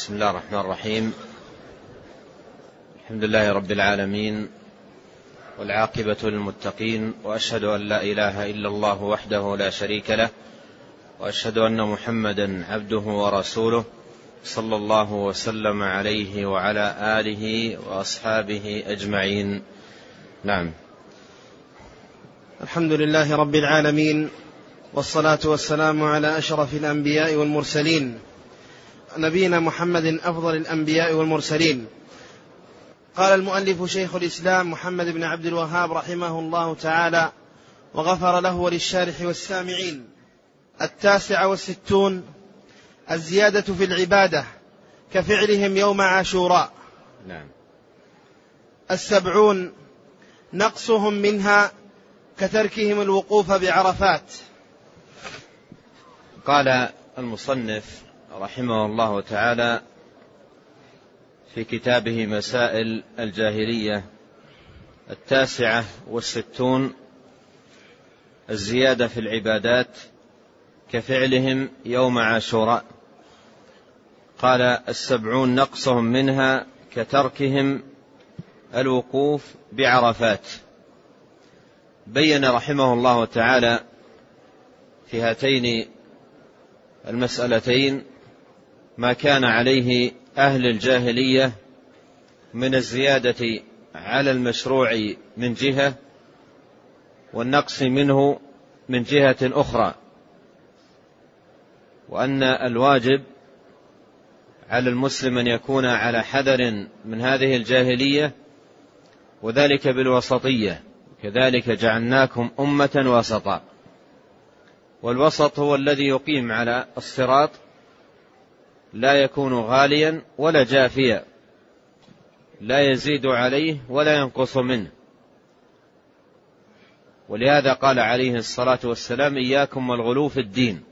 بسم الله الرحمن الرحيم. الحمد لله رب العالمين، والعاقبة للمتقين، وأشهد أن لا إله إلا الله وحده لا شريك له، وأشهد أن محمدا عبده ورسوله صلى الله وسلم عليه وعلى آله وأصحابه أجمعين. نعم. الحمد لله رب العالمين، والصلاة والسلام على أشرف الأنبياء والمرسلين، نبينا محمد أفضل الأنبياء والمرسلين. قال المؤلف شيخ الإسلام محمد بن عبد الوهاب رحمه الله تعالى وغفر له وللشارح والسامعين: 69 الزيادة في العبادة كفعلهم يوم عاشوراء. نعم. 70 نقصهم منها كتركهم الوقوف بعرفات. قال المصنف رحمه الله تعالى في كتابه مسائل الجاهلية: 69 الزيادة في العبادات كفعلهم يوم عاشوراء. قال 70 نقصهم منها كتركهم الوقوف بعرفات. بين رحمه الله تعالى في هاتين المسألتين ما كان عليه أهل الجاهلية من الزيادة على المشروع من جهة، والنقص منه من جهة أخرى، وأن الواجب على المسلم أن يكون على حذر من هذه الجاهلية، وذلك بالوسطية: كذلك جعلناكم أمة وسطا. والوسط هو الذي يقيم على الصراط، لا يكون غاليا ولا جافيا، لا يزيد عليه ولا ينقص منه. ولهذا قال عليه الصلاة والسلام: إياكم والغلو في الدين،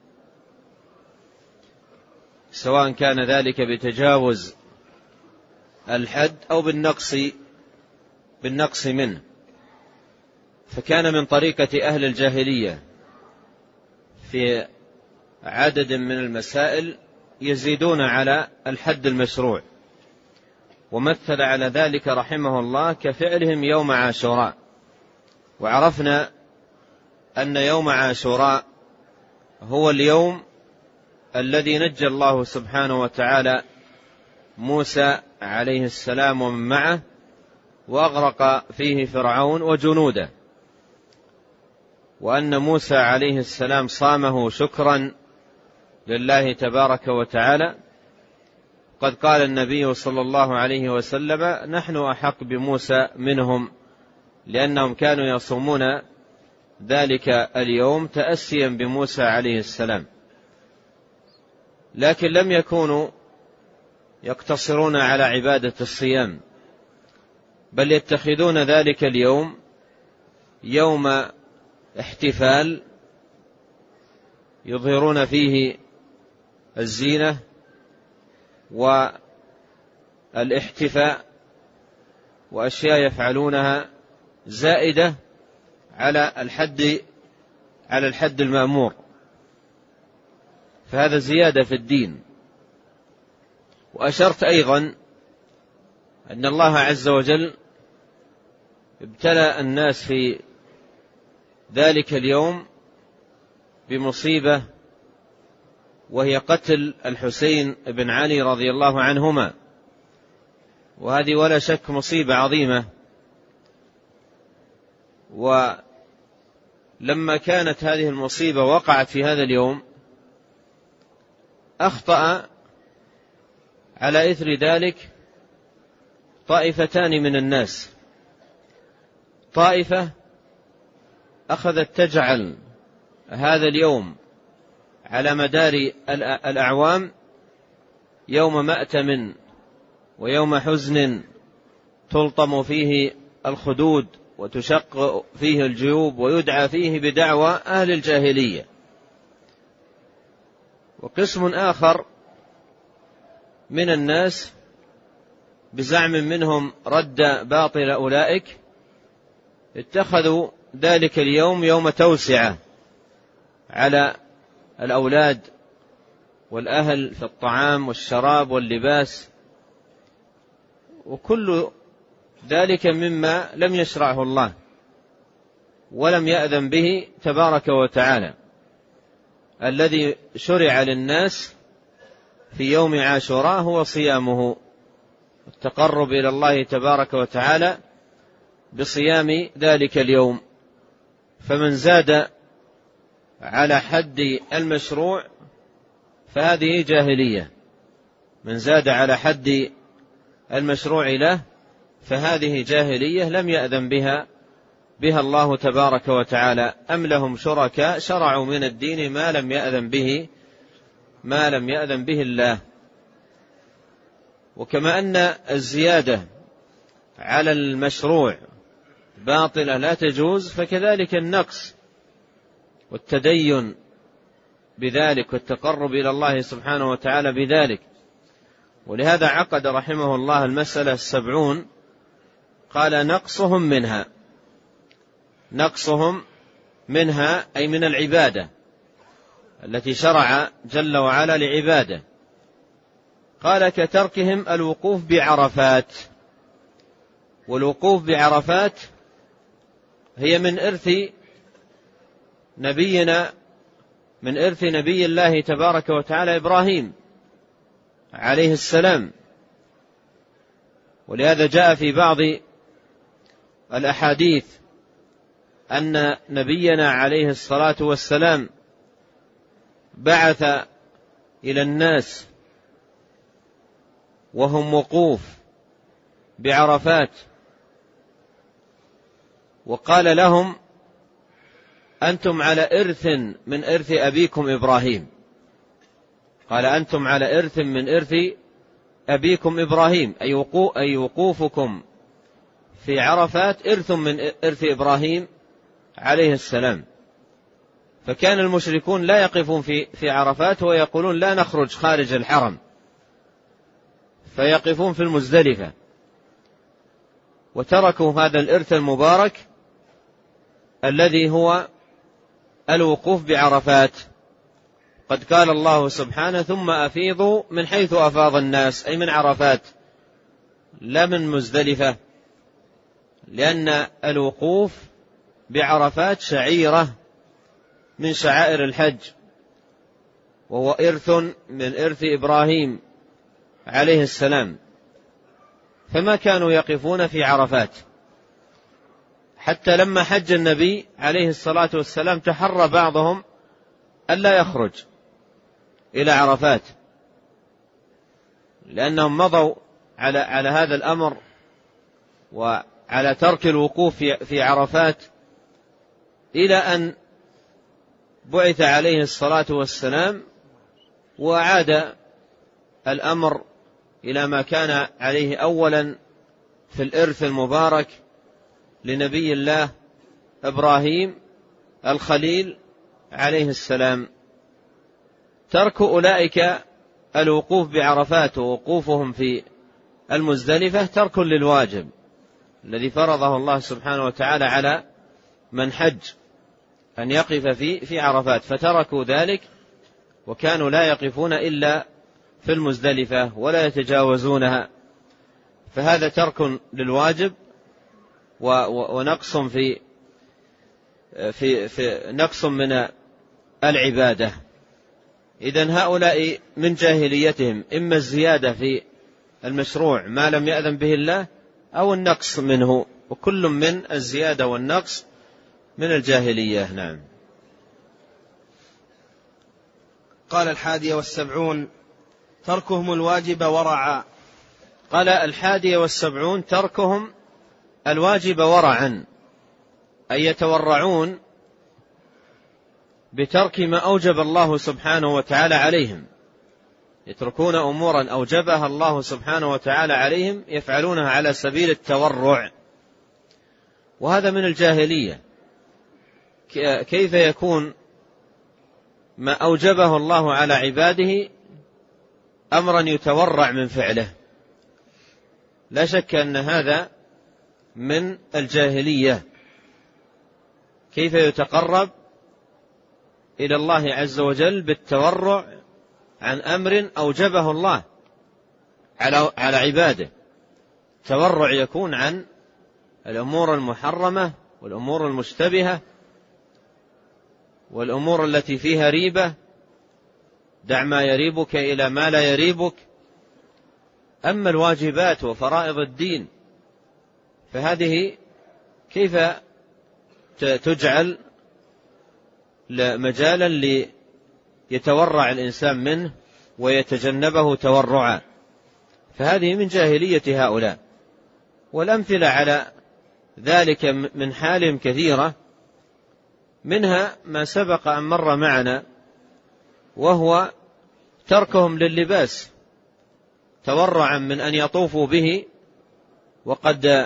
سواء كان ذلك بتجاوز الحد أو بالنقص منه. فكان من طريقة أهل الجاهلية في عدد من المسائل يزيدون على الحد المشروع، ومثل على ذلك رحمه الله كفعلهم يوم عاشوراء. وعرفنا أن يوم عاشوراء هو اليوم الذي نجى الله سبحانه وتعالى موسى عليه السلام ومن معه، وأغرق فيه فرعون وجنوده، وأن موسى عليه السلام صامه شكرا لله تبارك وتعالى. قد قال النبي صلى الله عليه وسلم: نحن أحق بموسى منهم، لأنهم كانوا يصومون ذلك اليوم تأسيا بموسى عليه السلام. لكن لم يكونوا يقتصرون على عبادة الصيام، بل يتخذون ذلك اليوم يوم احتفال يظهرون فيه الزينة والاحتفاء، وأشياء يفعلونها زائدة على الحد المأمور. فهذا زيادة في الدين. وأشرت أيضا أن الله عز وجل ابتلى الناس في ذلك اليوم بمصيبة، وهي قتل الحسين بن علي رضي الله عنهما، وهذه ولا شك مصيبة عظيمة. ولما كانت هذه المصيبة وقعت في هذا اليوم، أخطأ على إثر ذلك طائفتان من الناس. طائفة أخذت تجعل هذا اليوم على مدار الأعوام يوم مأتم ويوم حزن تلطم فيه الخدود وتشق فيه الجيوب ويدعى فيه بدعوى أهل الجاهلية. وقسم آخر من الناس بزعم منهم رد باطل أولئك اتخذوا ذلك اليوم يوم توسعة على الأولاد والأهل في الطعام والشراب واللباس، وكل ذلك مما لم يشرعه الله ولم يأذن به تبارك وتعالى. الذي شرع للناس في يوم عاشوراء هو صيامه، التقرب إلى الله تبارك وتعالى بصيام ذلك اليوم. فمن زاد على حد المشروع فهذه جاهلية، من زاد على حد المشروع له فهذه جاهلية لم يأذن بها الله تبارك وتعالى. أم لهم شركاء شرعوا من الدين ما لم يأذن به الله. وكما أن الزيادة على المشروع باطلة لا تجوز، فكذلك النقص والتدين بذلك والتقرب إلى الله سبحانه وتعالى بذلك. ولهذا عقد رحمه الله المسألة 70، قال نقصهم منها أي من العبادة التي شرع جل وعلا لعباده. قال كتركهم الوقوف بعرفات، والوقوف بعرفات هي من إرث نبي الله تبارك وتعالى إبراهيم عليه السلام. ولهذا جاء في بعض الأحاديث أن نبينا عليه الصلاة والسلام بعث إلى الناس وهم وقوف بعرفات، وقال لهم أنتم على إرث من إرث أبيكم إبراهيم. قال أنتم على إرث من إرث أبيكم إبراهيم، أي وقوفكم في عرفات إرث من إرث إبراهيم عليه السلام. فكان المشركون لا يقفون في عرفات ويقولون لا نخرج خارج الحرم، فيقفون في المزدلفة، وتركوا هذا الإرث المبارك الذي هو الوقوف بعرفات. قد قال الله سبحانه ثم أفيضوا من حيث أفاض الناس، أي من عرفات لا من مزدلفة، لأن الوقوف بعرفات شعيرة من شعائر الحج، وهو إرث من إرث إبراهيم عليه السلام. فما كانوا يقفون في عرفات، حتى لما حج النبي عليه الصلاة والسلام تحرى بعضهم ألا يخرج إلى عرفات، لأنهم مضوا على هذا الأمر وعلى ترك الوقوف في عرفات إلى أن بعث عليه الصلاة والسلام، وعاد الأمر إلى ما كان عليه أولا في الإرث المبارك لنبي الله إبراهيم الخليل عليه السلام. ترك أولئك الوقوف بعرفات ووقوفهم في المزدلفة ترك للواجب الذي فرضه الله سبحانه وتعالى على من حج، أن يقف في عرفات، فتركوا ذلك وكانوا لا يقفون إلا في المزدلفة ولا يتجاوزونها. فهذا ترك للواجب ونقص في نقص من العبادة. إذن هؤلاء من جاهليتهم إما الزيادة في المشروع ما لم يأذن به الله أو النقص منه، وكل من الزيادة والنقص من الجاهلية. نعم. قال 71 تركهم الواجب ورعا. قال 71 تركهم الواجب ورعا، أي يتورعون بترك ما أوجب الله سبحانه وتعالى عليهم، يتركون أمورا أوجبها الله سبحانه وتعالى عليهم يفعلونها على سبيل التورع، وهذا من الجاهلية. كيف يكون ما أوجبه الله على عباده أمرا يتورع من فعله؟ لا شك أن هذا من الجاهلية. كيف يتقرب إلى الله عز وجل بالتورع عن أمر أوجبه الله على عباده. التورع يكون عن الأمور المحرمة والأمور المشتبهة والأمور التي فيها ريبة. دع ما يريبك إلى ما لا يريبك. أما الواجبات وفرائض الدين فهذه كيف تجعل مجالا ليتورع الإنسان منه ويتجنبه تورعا، فهذه من جاهلية هؤلاء. والأمثلة على ذلك من حالهم كثيرة، منها ما سبق أن مر معنا وهو تركهم لللباس تورعا من أن يطوفوا به، وقد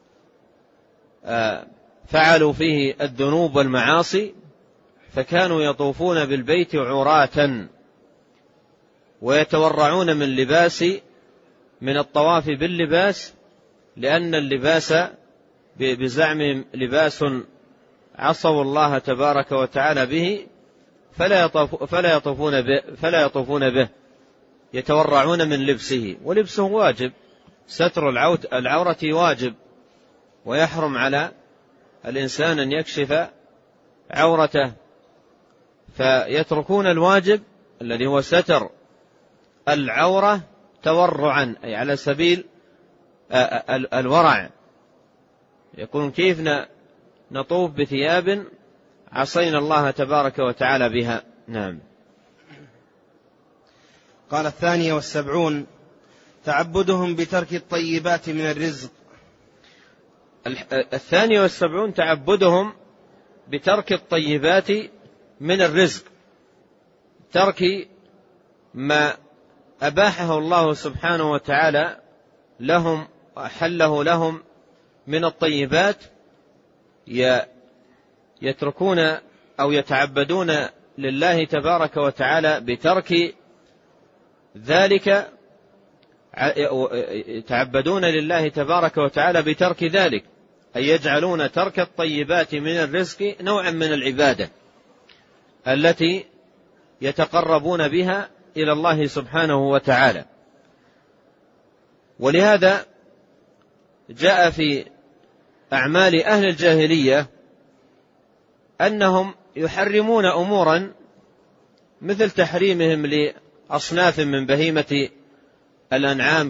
فعلوا فيه الذنوب والمعاصي، فكانوا يطوفون بالبيت عراة ويتورعون من الطواف باللباس، لأن اللباس بزعمهم لباس عصوا الله تبارك وتعالى به، فلا يطوفون به، يتورعون من لبسه. ولبسه واجب، ستر العورة واجب، ويحرم على الإنسان أن يكشف عورته، فيتركون الواجب الذي هو ستر العورة تورعا، أي على سبيل الورع. يكون كيف نطوف بثياب عصينا الله تبارك وتعالى بها. نعم. قال 72 تعبدهم بترك الطيبات من الرزق. 72 تعبدهم بترك الطيبات من الرزق، ترك ما أباحه الله سبحانه وتعالى لهم وأحله لهم من الطيبات، يتركون أو يتعبدون لله تبارك وتعالى بترك ذلك، يتعبدون لله تبارك وتعالى بترك ذلك، أي يجعلون ترك الطيبات من الرزق نوعا من العبادة التي يتقربون بها إلى الله سبحانه وتعالى. ولهذا جاء في أعمال أهل الجاهلية أنهم يحرمون أمورا مثل تحريمهم لأصناف من بهيمة الأنعام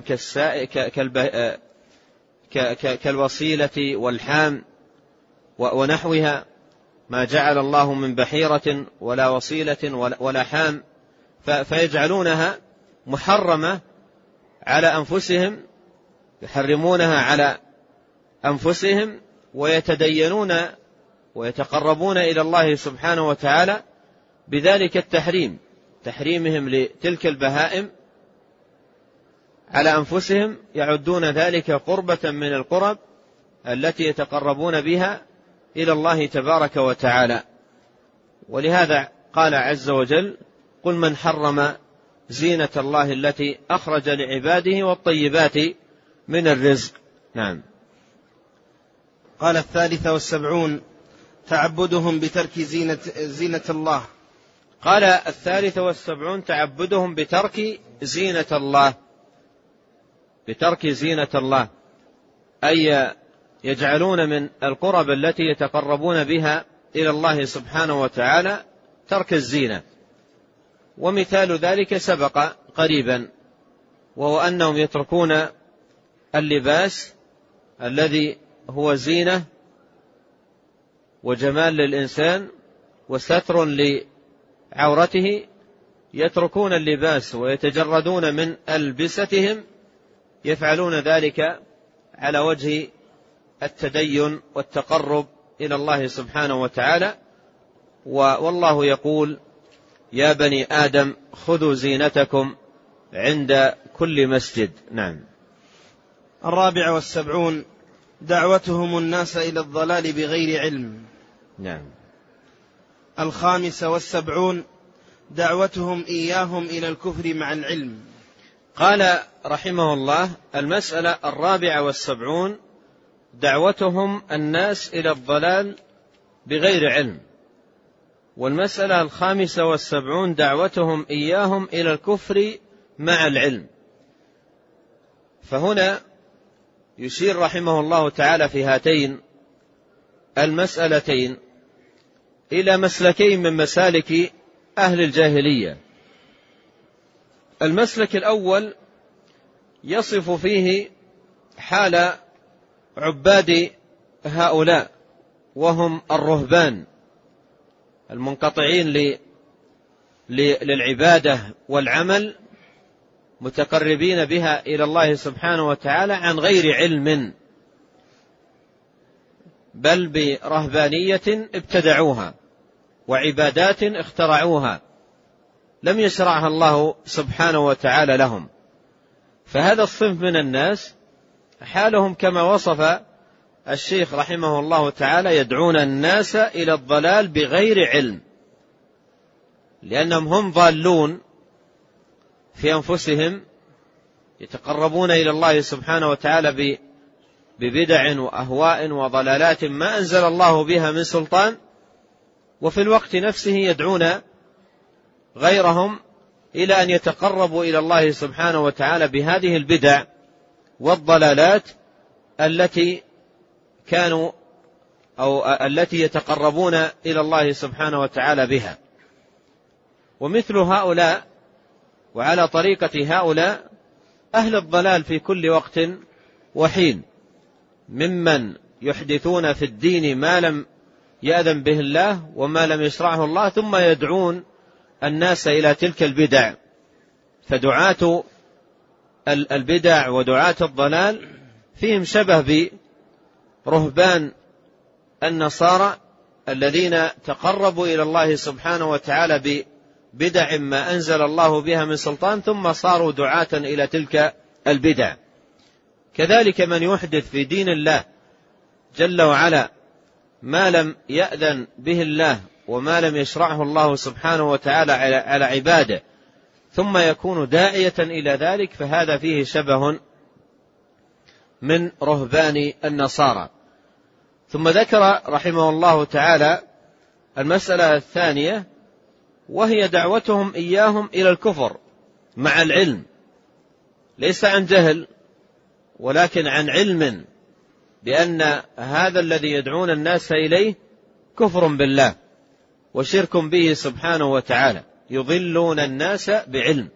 كالوصيلة والحام ونحوها، ما جعل الله من بحيرة ولا وصيلة ولا حام، فيجعلونها محرمة على أنفسهم، يحرمونها على أنفسهم، ويتدينون ويتقربون إلى الله سبحانه وتعالى بذلك التحريم، تحريمهم لتلك البهائم على أنفسهم، يعدون ذلك قربة من القرب التي يتقربون بها إلى الله تبارك وتعالى. ولهذا قال عز وجل: قل من حرم زينة الله التي أخرج لعباده والطيبات من الرزق. نعم. قال 73 تعبدهم بترك زينة الله. قال 73 تعبدهم بترك زينة الله، بترك زينة الله، أي يجعلون من القرب التي يتقربون بها إلى الله سبحانه وتعالى ترك الزينة. ومثال ذلك سبق قريبا، وهو أنهم يتركون اللباس الذي هو زينة وجمال للإنسان وستر لعورته، يتركون اللباس ويتجردون من ألبستهم، يفعلون ذلك على وجه التدين والتقرب إلى الله سبحانه وتعالى. والله يقول: يا بني آدم خذوا زينتكم عند كل مسجد. نعم. 74 دعوتهم الناس إلى الضلال بغير علم. نعم. 75 دعوتهم إياهم إلى الكفر مع العلم. قال رحمه الله: المسألة 74 دعوتهم الناس إلى الضلال بغير علم. والمسألة 75 دعوتهم إياهم إلى الكفر مع العلم. فهنا يشير رحمه الله تعالى في هاتين المسألتين إلى مسلكين من مسالك أهل الجاهلية. المسلك الأول يصف فيه حال عباد هؤلاء، وهم الرهبان المنقطعين للعبادة والعمل، متقربين بها إلى الله سبحانه وتعالى عن غير علم، بل برهبانية ابتدعوها وعبادات اخترعوها لم يشرعها الله سبحانه وتعالى لهم. فهذا الصنف من الناس حالهم كما وصف الشيخ رحمه الله تعالى، يدعون الناس إلى الضلال بغير علم، لأنهم هم ضالون في أنفسهم، يتقربون إلى الله سبحانه وتعالى ببدع وأهواء وضلالات ما أنزل الله بها من سلطان، وفي الوقت نفسه يدعون غيرهم إلى أن يتقربوا إلى الله سبحانه وتعالى بهذه البدع والضلالات التي كانوا أو التي يتقربون إلى الله سبحانه وتعالى بها. ومثل هؤلاء وعلى طريقة هؤلاء أهل الضلال في كل وقت وحين، ممن يحدثون في الدين ما لم يأذن به الله وما لم يشرعه الله، ثم يدعون الناس إلى تلك البدع. فدعاة البدع ودعاة الضلال فيهم شبه برهبان النصارى الذين تقربوا إلى الله سبحانه وتعالى ببدع ما أنزل الله بها من سلطان، ثم صاروا دعاة إلى تلك البدع. كذلك من يحدث في دين الله جل وعلا ما لم يأذن به الله وما لم يشرعه الله سبحانه وتعالى على عباده، ثم يكون داعية إلى ذلك، فهذا فيه شبه من رهبان النصارى. ثم ذكر رحمه الله تعالى المسألة الثانية، وهي دعوتهم إياهم إلى الكفر مع العلم، ليس عن جهل ولكن عن علم بأن هذا الذي يدعون الناس إليه كفر بالله وشرك به سبحانه وتعالى. يضلون الناس بعلم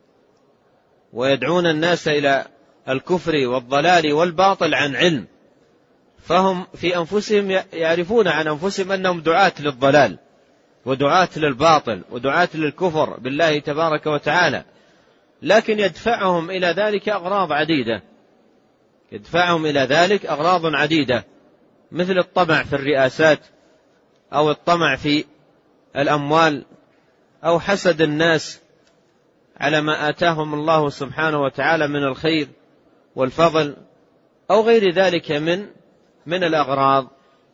ويدعون الناس إلى الكفر والضلال والباطل عن علم، فهم في أنفسهم يعرفون عن أنفسهم أنهم دعاة للضلال ودعاة للباطل ودعاة للكفر بالله تبارك وتعالى، لكن يدفعهم إلى ذلك أغراض عديدة، يدفعهم إلى ذلك أغراض عديدة، مثل الطمع في الرئاسات أو الطمع في الأموال أو حسد الناس على ما آتاهم الله سبحانه وتعالى من الخير والفضل أو غير ذلك من الأغراض.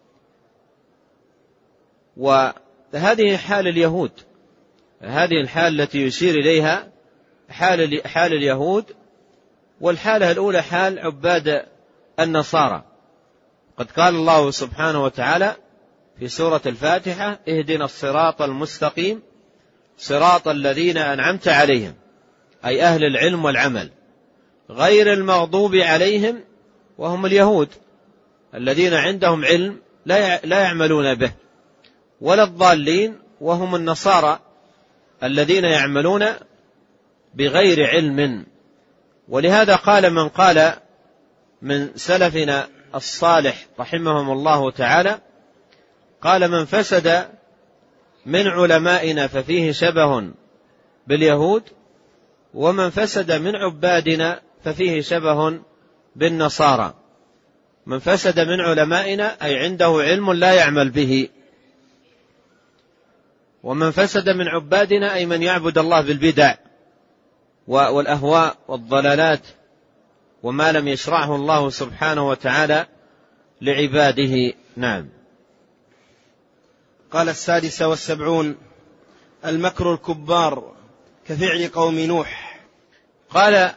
وهذه حال اليهود، هذه الحال التي يشير إليها حال اليهود، والحالة الأولى حال عباد النصارى. قد قال الله سبحانه وتعالى في سورة الفاتحة: اهدنا الصراط المستقيم صراط الذين أنعمت عليهم، أي أهل العلم والعمل، غير المغضوب عليهم، وهم اليهود الذين عندهم علم لا يعملون به، ولا الضالين، وهم النصارى الذين يعملون بغير علم. ولهذا قال من قال من سلفنا الصالح رحمهم الله تعالى، قال: من فسد من علمائنا ففيه شبه باليهود، ومن فسد من عبادنا ففيه شبه بالنصارى. من فسد من علمائنا أي عنده علم لا يعمل به، ومن فسد من عبادنا أي من يعبد الله بالبدع والأهواء والضلالات وما لم يشرعه الله سبحانه وتعالى لعباده. نعم. قال: 76 المكر الكبار كفعل قوم نوح. قال: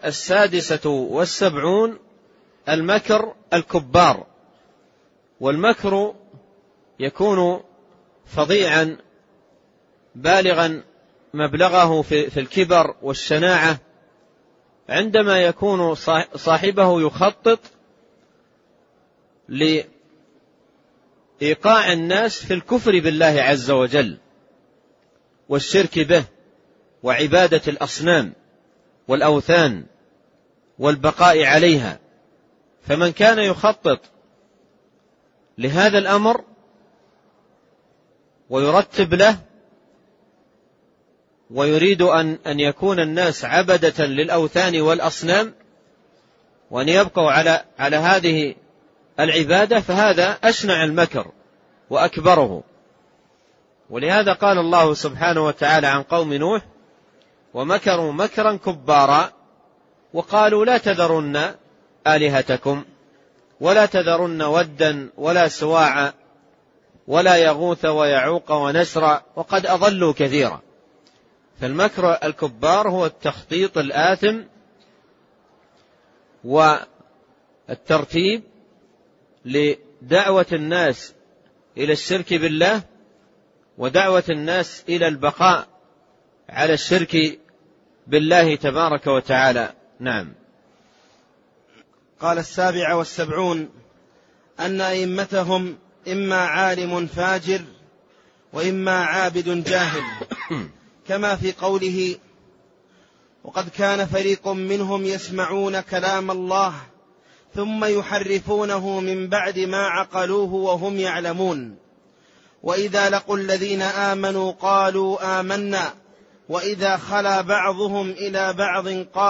76 المكر الكبار. والمكر يكون فظيعا بالغا مبلغه في الكبر والشناعة عندما يكون صاحبه يخطط لإيقاع الناس في الكفر بالله عز وجل والشرك به وعبادة الأصنام والأوثان والبقاء عليها. فمن كان يخطط لهذا الأمر ويرتب له ويريد أن يكون الناس عبدة للأوثان والأصنام وأن يبقوا على هذه العبادة، فهذا أشنع المكر وأكبره. ولهذا قال الله سبحانه وتعالى عن قوم نوح: ومكروا مكرا كبارا وقالوا لا تذرن آلهتكم ولا تذرن ودا ولا سواعا ولا يغوث ويعوق ونسرا وقد أضلوا كثيرا. فالمكر الكبار هو التخطيط الآثم والترتيب لدعوة الناس إلى الشرك بالله ودعوة الناس إلى البقاء على الشرك بالله تبارك وتعالى. نعم. قال 77 أن أئمتهم إما عالم فاجر وإما عابد جاهل، كما في قوله: وقد كان فريق منهم يسمعون كلام الله ثم يحرفونه من بعد ما عقلوه وهم يعلمون، وإذا لقوا الذين آمنوا قالوا آمنا، وإذا خلا بعضهم إلى بعض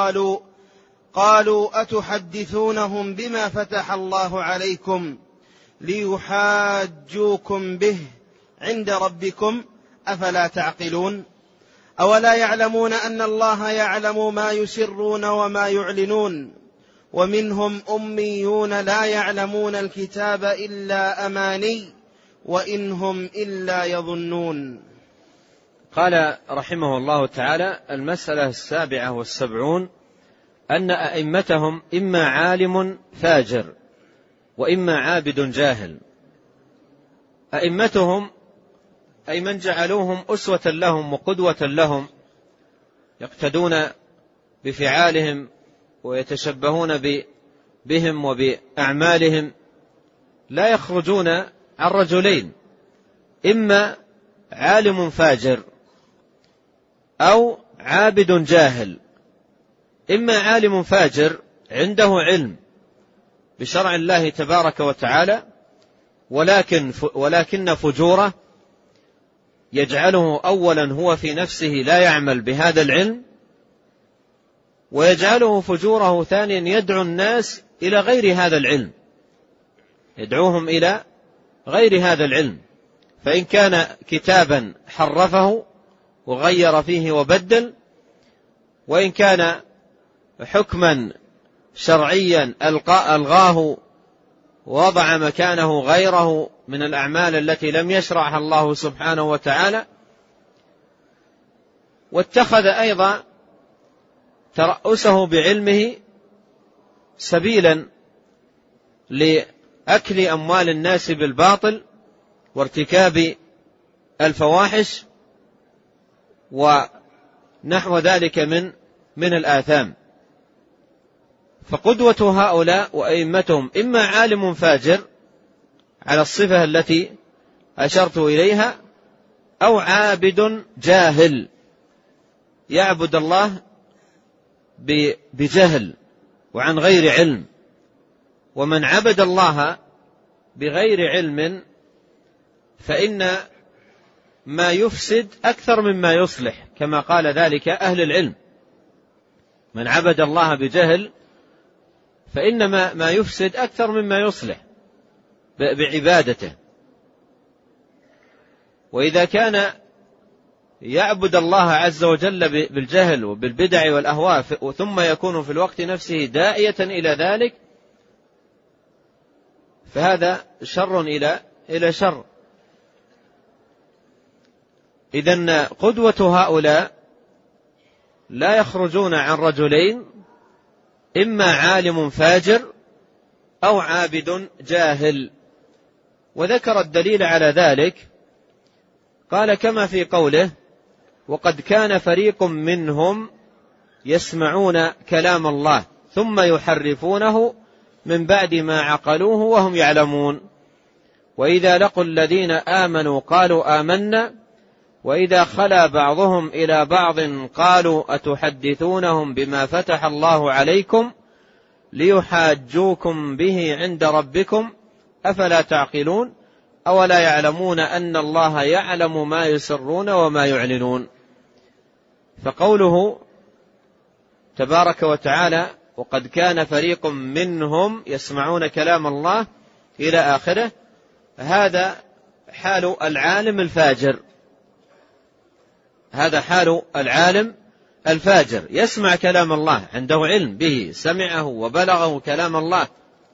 قالوا أتحدثونهم بما فتح الله عليكم ليحاجوكم به عند ربكم أفلا تعقلون؟ أولا يعلمون أن الله يعلم ما يسرون وما يعلنون، ومنهم أميون لا يعلمون الكتاب إلا أماني وإنهم إلا يظنون. قال رحمه الله تعالى: المسألة 77 أن أئمتهم إما عالم فاجر وإما عابد جاهل. أئمتهم أي من جعلوهم أسوة لهم وقدوة لهم، يقتدون بفعالهم ويتشبهون بهم وبأعمالهم، لا يخرجون عن رجلين: إما عالم فاجر أو عابد جاهل. إما عالم فاجر عنده علم بشرع الله تبارك وتعالى، ولكن فجوره يجعله أولا هو في نفسه لا يعمل بهذا العلم، ويجعله فجوره ثانيا يدعو الناس إلى غير هذا العلم، يدعوهم إلى غير هذا العلم. فإن كان كتابا حرفه وغير فيه وبدل، وإن كان حكما شرعيا ألغاه ووضع مكانه غيره من الأعمال التي لم يشرعها الله سبحانه وتعالى، واتخذ أيضا ترأسه بعلمه سبيلا لأكل أموال الناس بالباطل وارتكاب الفواحش ونحو ذلك من الآثام. فقدوة هؤلاء وأئمتهم إما عالم فاجر على الصفة التي أشرت إليها، أو عابد جاهل يعبد الله بجهل وعن غير علم. ومن عبد الله بغير علم فإن ما يفسد أكثر مما يصلح، كما قال ذلك أهل العلم: من عبد الله بجهل فإن ما يفسد أكثر مما يصلح بعبادته. وإذا كان يعبد الله عز وجل بالجهل وبالبدع والأهواء ثم يكون في الوقت نفسه داعية إلى ذلك، فهذا شر إلى شر. إذن قدوة هؤلاء لا يخرجون عن رجلين: إما عالم فاجر أو عابد جاهل. وذكر الدليل على ذلك، قال: كما في قوله: وقد كان فريق منهم يسمعون كلام الله ثم يحرفونه من بعد ما عقلوه وهم يعلمون وإذا لقوا الذين آمنوا قالوا آمنا وإذا خلا بعضهم إلى بعض قالوا أتحدثونهم بما فتح الله عليكم ليحاجوكم به عند ربكم أفلا تعقلون أولا يعلمون أن الله يعلم ما يسرون وما يعلنون. فقوله تبارك وتعالى وقد كان فريق منهم يسمعون كلام الله إلى آخره، هذا حال العالم الفاجر، هذا حال العالم الفاجر يسمع كلام الله، عنده علم به، سمعه وبلغه كلام الله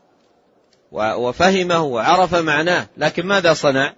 وفهمه وعرف معناه، لكن ماذا صنع؟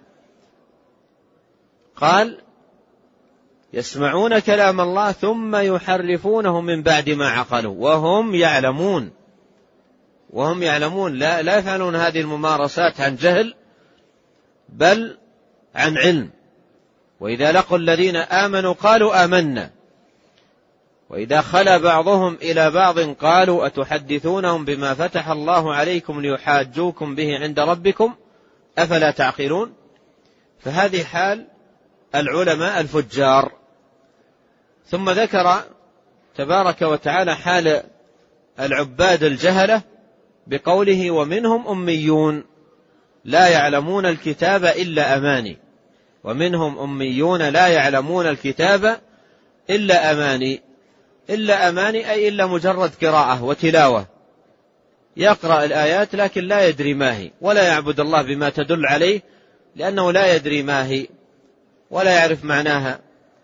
قال يسمعون كلام الله ثم يحرفونه من بعد ما عقلوا وهم يعلمون، وهم يعلمون، لا يفعلون هذه الممارسات عن جهل بل عن علم. وإذا لقوا الذين آمنوا قالوا آمنا وإذا خلا بعضهم إلى بعض قالوا أتحدثونهم بما فتح الله عليكم ليحاجوكم به عند ربكم أفلا تعقلون. فهذه حال العلماء الفجار. ثم ذكر تبارك وتعالى حال العباد الجهلة بقوله ومنهم أميون لا يعلمون الكتاب إلا أماني، ومنهم أميون لا يعلمون الكتاب إلا أماني، إلا أماني أي إلا مجرد قراءة وتلاوة، يقرأ الآيات لكن لا يدري ما هي ولا يعبد الله بما تدل عليه لأنه لا يدري ما هي ولا يعرف معناها،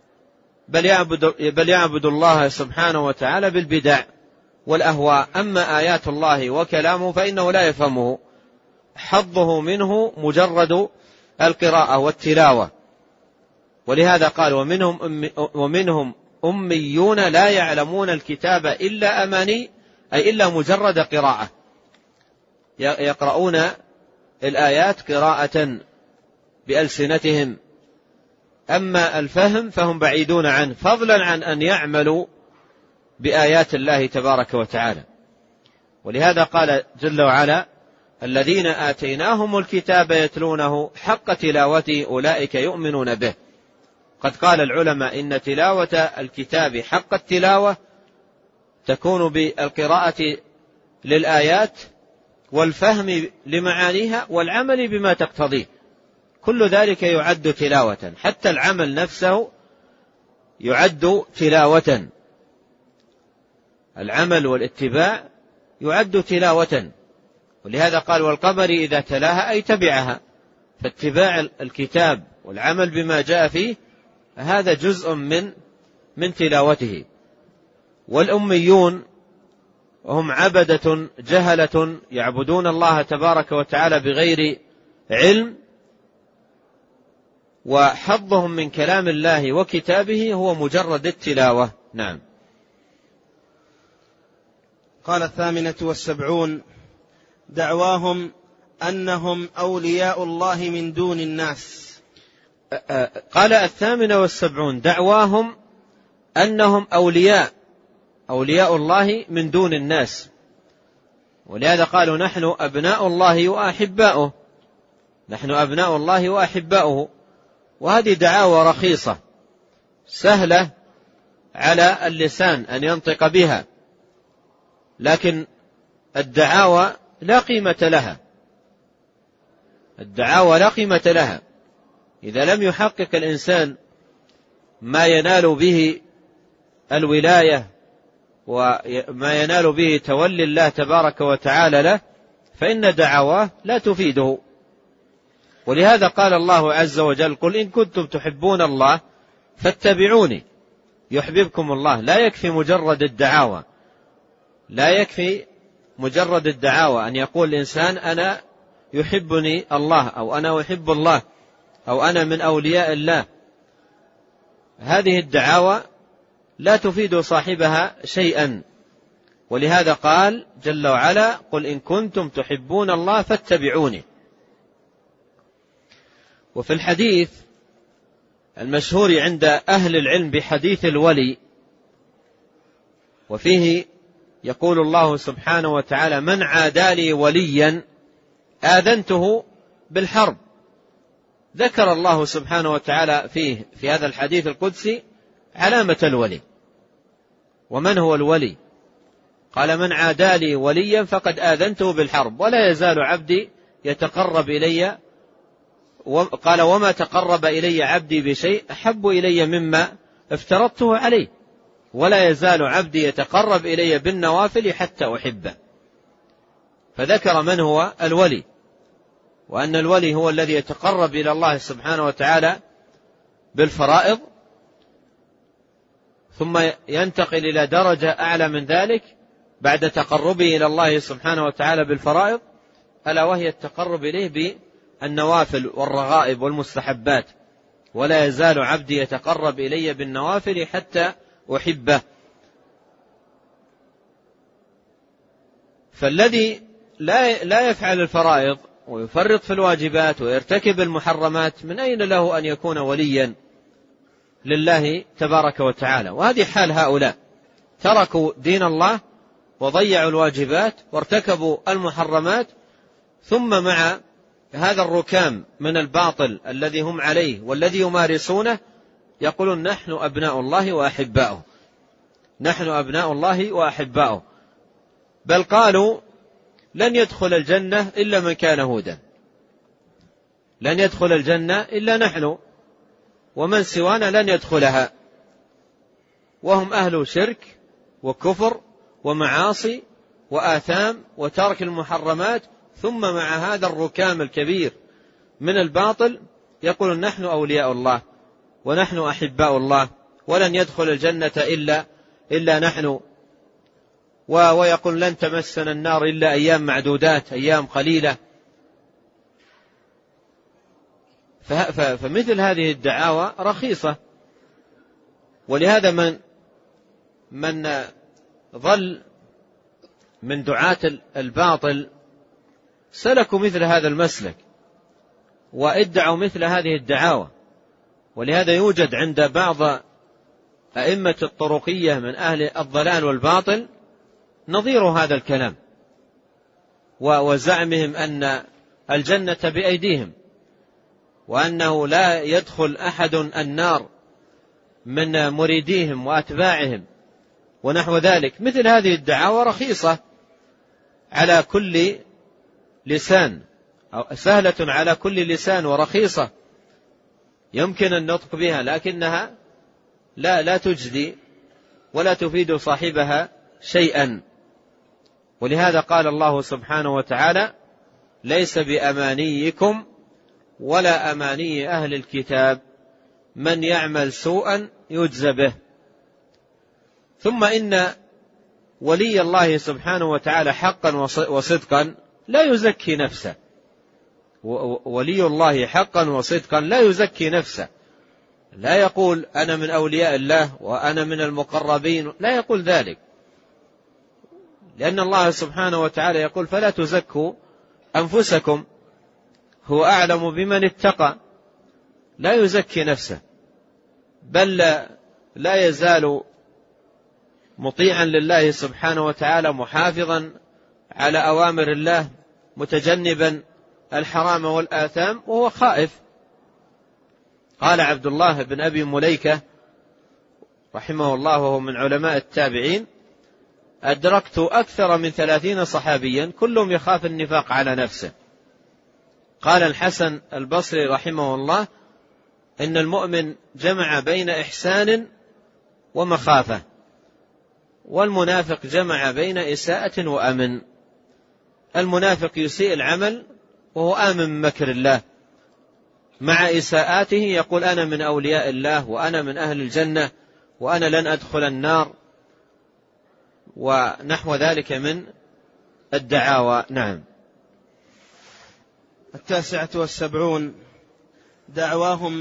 بل يعبد الله سبحانه وتعالى بالبدع والأهواء. أما آيات الله وكلامه فإنه لا يفهمه، حظه منه مجرد القراءة والتلاوة. ولهذا قال ومنهم أميون لا يعلمون الكتاب إلا أماني أي إلا مجرد قراءة، يقرؤون الآيات قراءة بألسنتهم، أما الفهم فهم بعيدون عنه، فضلا عن أن يعملوا بآيات الله تبارك وتعالى. ولهذا قال جل وعلا الذين آتيناهم الكتاب يتلونه حق تلاوته أولئك يؤمنون به. قد قال العلماء إن تلاوة الكتاب حق التلاوة تكون بالقراءة للآيات والفهم لمعانيها والعمل بما تقتضيه، كل ذلك يعد تلاوة، حتى العمل نفسه يعد تلاوة، العمل والاتباع يعد تلاوة. ولهذا قال والقمر إذا تلاها أي تبعها، فاتباع الكتاب والعمل بما جاء فيه هذا جزء من تلاوته. والأميون هم عبدة جهلة يعبدون الله تبارك وتعالى بغير علم، وحظهم من كلام الله وكتابه هو مجرد التلاوة. نعم. قال 78 دعواهم أنهم أولياء الله من دون الناس. قال 78 دعواهم أنهم أولياء الله من دون الناس، ولهذا قالوا نحن أبناء الله وأحباؤه، نحن أبناء الله وأحباؤه. وهذه دعاوى رخيصة سهلة على اللسان أن ينطق بها، لكن الدعاوى لا قيمة لها، الدعاوى لا قيمة لها إذا لم يحقق الإنسان ما ينال به الولاية وما ينال به تولي الله تبارك وتعالى له، فإن دعواه لا تفيده. ولهذا قال الله عز وجل قل إن كنتم تحبون الله فاتبعوني يحببكم الله. لا يكفي مجرد الدعاوى، لا يكفي مجرد الدعاوى أن يقول الإنسان أنا يحبني الله أو أنا أحب الله أو أنا من أولياء الله. هذه الدعاوى لا تفيد صاحبها شيئا. ولهذا قال جل وعلا قل إن كنتم تحبون الله فاتبعوني. وفي الحديث المشهور عند أهل العلم بحديث الولي، وفيه يقول الله سبحانه وتعالى: من عادى لي وليا آذنته بالحرب. ذكر الله سبحانه وتعالى في هذا الحديث القدسي علامة الولي. ومن هو الولي؟ قال: من عادى لي وليا فقد آذنته بالحرب، ولا يزال عبدي يتقرب إلي، قال: وما تقرب إلي عبدي بشيء أحب إلي مما افترضته عليه، ولا يزال عبدي يتقرب إلي بالنوافل حتى أحبه. فذكر من هو الولي، وأن الولي هو الذي يتقرب إلى الله سبحانه وتعالى بالفرائض، ثم ينتقل إلى درجة أعلى من ذلك بعد تقربه إلى الله سبحانه وتعالى بالفرائض، ألا وهي التقرب إليه بالنوافل والرغائب والمستحبات. ولا يزال عبدي يتقرب إلي بالنوافل حتى أحبه. فالذي لا يفعل الفرائض ويفرط في الواجبات ويرتكب المحرمات، من أين له أن يكون وليا لله تبارك وتعالى؟ وهذه حال هؤلاء، تركوا دين الله وضيعوا الواجبات وارتكبوا المحرمات، ثم مع هذا الركام من الباطل الذي هم عليه والذي يمارسونه يقولون: نحن أبناء الله وأحباؤه، نحن أبناء الله وأحباؤه. بل قالوا: لن يدخل الجنة إلا من كان هودا، لن يدخل الجنة إلا نحن، ومن سوانا لن يدخلها. وهم أهل شرك وكفر ومعاصي وآثام وترك المحرمات، ثم مع هذا الركام الكبير من الباطل يقولون: نحن أولياء الله ونحن أحباء الله، ولن يدخل الجنة إلا نحن، ويقول: لن تمسنا النار إلا أيام معدودات، أيام قليلة. فمثل هذه الدعاوى رخيصة. ولهذا من ظل من دعاة الباطل سلكوا مثل هذا المسلك وادعوا مثل هذه الدعاوى. ولهذا يوجد عند بعض أئمة الطرقية من أهل الضلال والباطل نظير هذا الكلام، وزعمهم أن الجنة بأيديهم، وأنه لا يدخل أحد النار من مريديهم وأتباعهم ونحو ذلك. مثل هذه الدعاوى رخيصة على كل لسان، أو سهلة على كل لسان ورخيصة يمكن النطق بها، لكنها لا تجدي ولا تفيد صاحبها شيئا. ولهذا قال الله سبحانه وتعالى: ليس بأمانيكم ولا أماني أهل الكتاب من يعمل سوءا يجزى به. ثم إن ولي الله سبحانه وتعالى حقا وصدقا لا يزكي نفسه، ولي الله حقا وصدقا لا يزكي نفسه، لا يقول أنا من أولياء الله وأنا من المقربين، لا يقول ذلك، لأن الله سبحانه وتعالى يقول: فلا تزكوا أنفسكم هو أعلم بمن اتقى. لا يزكي نفسه، بل لا يزال مطيعا لله سبحانه وتعالى، محافظا على أوامر الله، متجنبا الحرام والآثام، وهو خائف. قال عبد الله بن أبي مليكة رحمه الله وهو من علماء التابعين: أدركت أكثر من 30 صحابيا كلهم يخاف النفاق على نفسه. قال الحسن البصري رحمه الله: إن المؤمن جمع بين إحسان ومخافة، والمنافق جمع بين إساءة وأمن. المنافق يسيء العمل وهو آمن من مكر الله، مع إساءاته يقول: أنا من أولياء الله وأنا من أهل الجنة وأنا لن أدخل النار، ونحو ذلك من الدعاوى. نعم. 79. دعواهم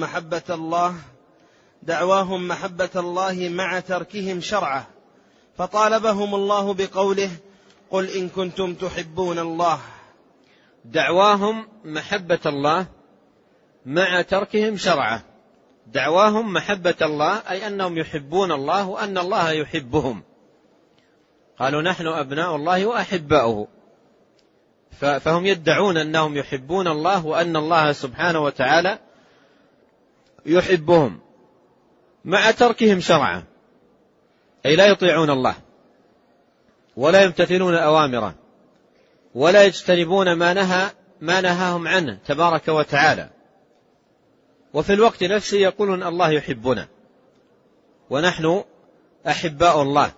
محبة الله مع تركهم شرعه، فطالبهم الله بقوله: قل إن كنتم تحبون الله. دعواهم محبة الله مع تركهم شرعه، دعواهم محبة الله، أي أنهم يحبون الله وأن الله يحبهم. قالوا نحن أبناء الله وأحباؤه، فهم يدعون أنهم يحبون الله وأن الله سبحانه وتعالى يحبهم، مع تركهم شرعه، أي لا يطيعون الله ولا يمتثلون أوامره ولا يجتنبون ما نهاهم عنه تبارك وتعالى، وفي الوقت نفسه يقولون الله يحبنا ونحن أحباء الله.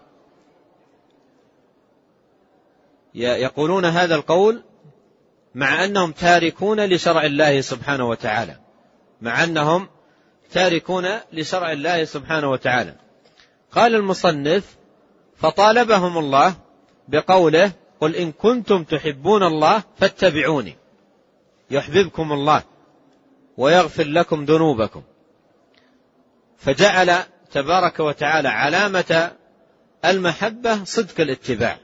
يقولون هذا القول مع أنهم تاركون لشرع الله سبحانه وتعالى، مع أنهم تاركون لشرع الله سبحانه وتعالى. قال المصنف: فطالبهم الله بقوله: قل إن كنتم تحبون الله فاتبعوني يحببكم الله ويغفر لكم ذنوبكم. فجعل تبارك وتعالى علامة المحبة صدق الاتباع،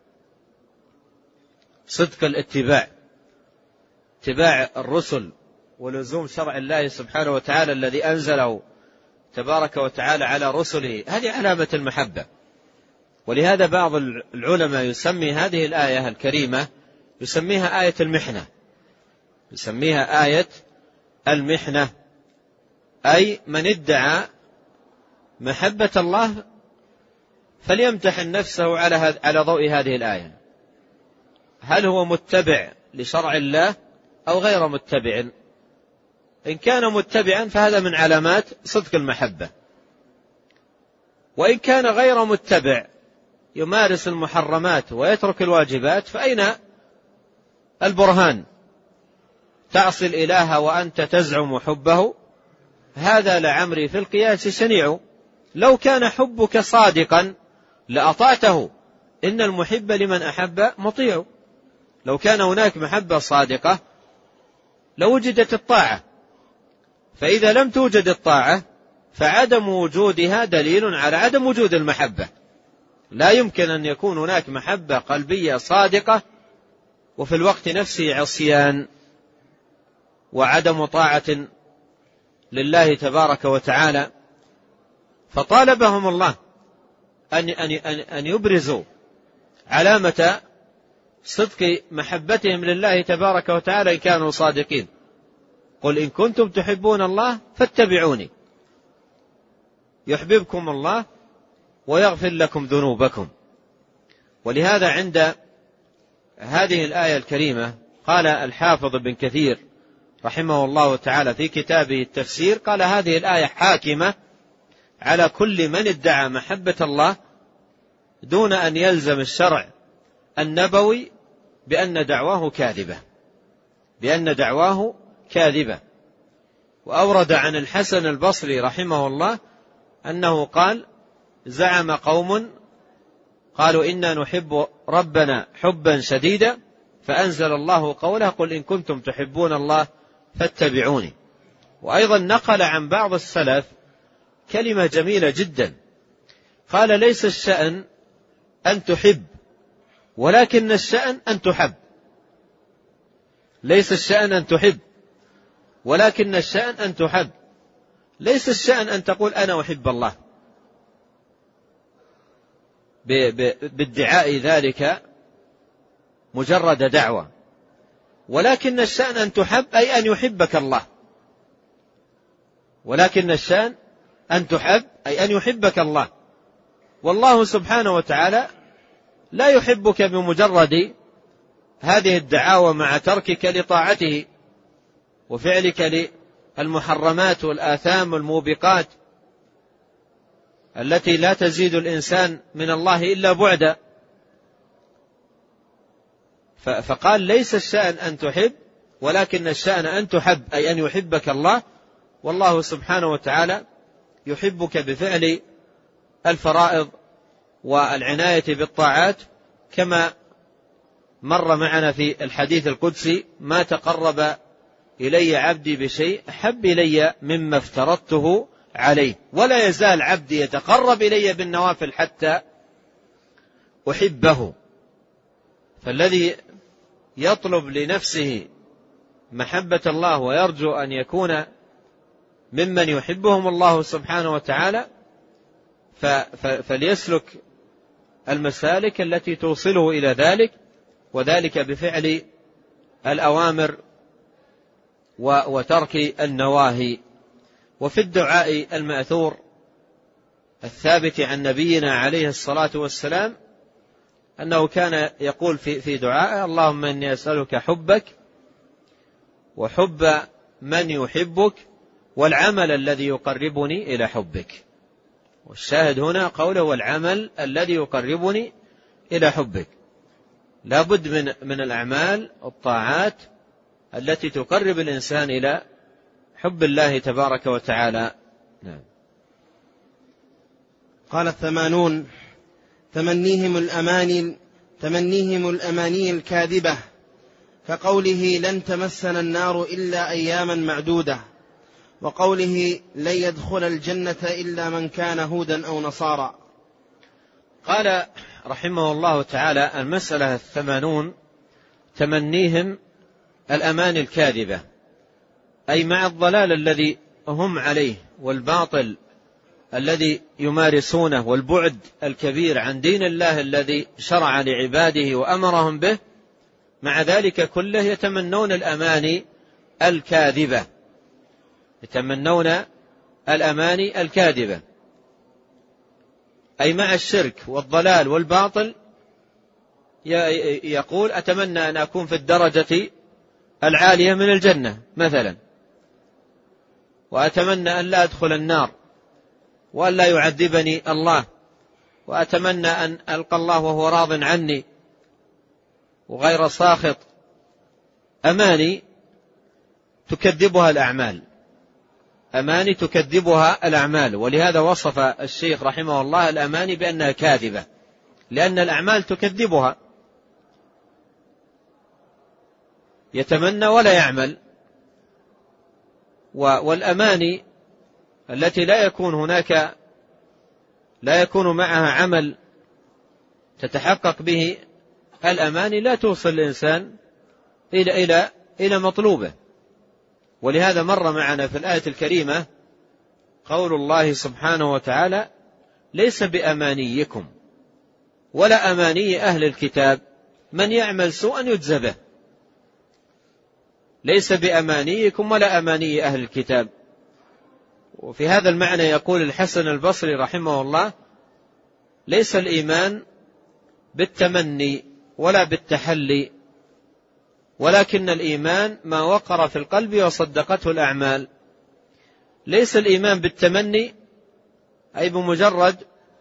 صدق الاتباع، اتباع الرسل ولزوم شرع الله سبحانه وتعالى الذي أنزله تبارك وتعالى على رسله، هذه علامة المحبة. ولهذا بعض العلماء يسمي هذه الآية الكريمة يسميها آية المحنة، يسميها آية المحنة، أي من ادعى محبة الله فليمتحن نفسه على ضوء هذه الآية، هل هو متبع لشرع الله أو غير متبع؟ إن كان متبعا فهذا من علامات صدق المحبة، وإن كان غير متبع يمارس المحرمات ويترك الواجبات فأين البرهان؟ تعصي الإله وأنت تزعم حبه، هذا لعمري في القياس شنيع، لو كان حبك صادقا لأطعته، إن المحب لمن أحب مطيع. لو كان هناك محبة صادقة لوجدت الطاعة، فإذا لم توجد الطاعة فعدم وجودها دليل على عدم وجود المحبة. لا يمكن أن يكون هناك محبة قلبية صادقة وفي الوقت نفسه عصيان وعدم طاعة لله تبارك وتعالى. فطالبهم الله أن يبرزوا علامة صدق محبتهم لله تبارك وتعالى إن كانوا صادقين. قل إن كنتم تحبون الله فاتبعوني يحببكم الله ويغفر لكم ذنوبكم. ولهذا عند هذه الآية الكريمة قال الحافظ ابن كثير رحمه الله تعالى في كتابه التفسير، قال هذه الآية حاكمة على كل من ادعى محبة الله دون أن يلزم الشرع النبوي بأن دعواه كاذبة، بأن دعواه كاذبة. وأورد عن الحسن البصري رحمه الله أنه قال: زعم قوم قالوا إنا نحب ربنا حبا شديدا فأنزل الله قوله: قل إن كنتم تحبون الله فاتبعوني. وأيضا نقل عن بعض السلف كلمة جميلة جدا، قال: ليس الشأن أن تحب ولكن الشأن أن تحب. ليس الشأن أن تحب ولكن الشأن أن تحب. ليس الشأن أن تقول أنا أحب الله بادعاء ذلك مجرد دعوة، ولكن الشأن أن تحب أي أن يحبك الله. ولكن الشأن أن تحب أي أن يحبك الله، والله سبحانه وتعالى لا يحبك بمجرد هذه الدعاوى مع تركك لطاعته وفعلك للمحرمات والآثام والموبقات التي لا تزيد الإنسان من الله إلا بعدا. فقال: ليس الشأن أن تحب ولكن الشأن أن تحب أي أن يحبك الله، والله سبحانه وتعالى يحبك بفعل الفرائض والعناية بالطاعات، كما مر معنا في الحديث القدسي: ما تقرب إلي عبدي بشيء أحب إلي مما افترضته عليه، ولا يزال عبدي يتقرب إلي بالنوافل حتى أحبه. فالذي يطلب لنفسه محبة الله ويرجو أن يكون ممن يحبهم الله سبحانه وتعالى فليسلك المسالك التي توصله إلى ذلك، وذلك بفعل الأوامر وترك النواهي. وفي الدعاء المأثور الثابت عن نبينا عليه الصلاة والسلام أنه كان يقول في دعائه: اللهم إني أسألك حبك وحب من يحبك والعمل الذي يقربني إلى حبك. والشاهد هنا قوله: والعمل الذي يقربني إلى حبك. لا بد من الأعمال الطاعات التي تقرب الإنسان إلى حب الله تبارك وتعالى. نعم. قال 80: تمنيهم الأماني الكاذبة، كقوله: لن تمسنا النار إلا أياما معدودة، وقوله: لن يدخل الجنة إلا من كان هودا أو نصارى. قال رحمه الله تعالى: المسألة 80 تمنيهم الأماني الكاذبة، أي مع الضلال الذي هم عليه والباطل الذي يمارسونه والبعد الكبير عن دين الله الذي شرع لعباده وأمرهم به، مع ذلك كله يتمنون الأماني الكاذبة، يتمنون الأماني الكاذبة، أي مع الشرك والضلال والباطل يقول: أتمنى أن أكون في الدرجة العالية من الجنة مثلا، وأتمنى أن لا أدخل النار وأن لا يعذبني الله، وأتمنى أن ألقى الله وهو راض عني وغير ساخط. أماني تكذبها الأعمال، أماني تكذبها الأعمال. ولهذا وصف الشيخ رحمه الله الأماني بأنها كاذبة، لأن الأعمال تكذبها، يتمنى ولا يعمل. والأماني التي لا يكون معها عمل تتحقق به الأماني لا توصل الإنسان إلى مطلوبه. ولهذا مر معنا في الآية الكريمة قول الله سبحانه وتعالى: ليس بأمانيكم ولا أماني أهل الكتاب من يعمل سوءا يجزى به. ليس بأمانيكم ولا أماني أهل الكتاب. وفي هذا المعنى يقول الحسن البصري رحمه الله: ليس الإيمان بالتمني ولا بالتحلي، ولكن الإيمان ما وقر في القلب وصدقته الأعمال. ليس الإيمان بالتمني أي بمجرد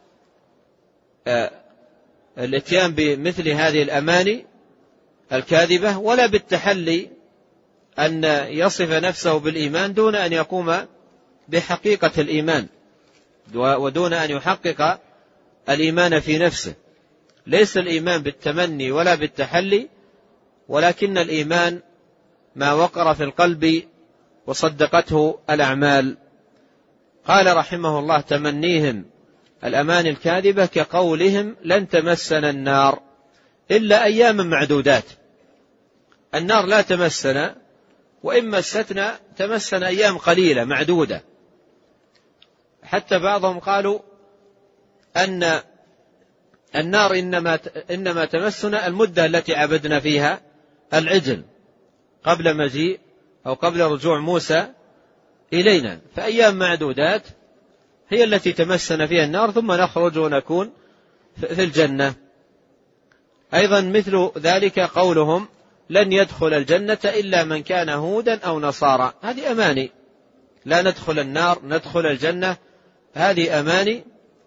الاتيان بمثل هذه الأماني الكاذبة، ولا بالتحلي أن يصف نفسه بالإيمان دون أن يقوم بحقيقة الإيمان ودون أن يحقق الإيمان في نفسه. ليس الإيمان بالتمني ولا بالتحلي، ولكن الإيمان ما وقر في القلب وصدقته الأعمال. قال رحمه الله: تمنيهم الأماني الكاذبة كقولهم: لن تمسنا النار إلا أياما معدودات. النار لا تمسنا، وإن مستنا تمسنا أيام قليلة معدودة. حتى بعضهم قالوا أن النار إنما تمسنا المدة التي عبدنا فيها العجل قبل مجيء أو قبل رجوع موسى إلينا، فأيام معدودات هي التي تمسنا فيها النار، ثم نخرج ونكون في الجنة. أيضا مثل ذلك قولهم: لن يدخل الجنة إلا من كان هودا أو نصارى. هذه أماني، لا ندخل النار ندخل الجنة، هذه أماني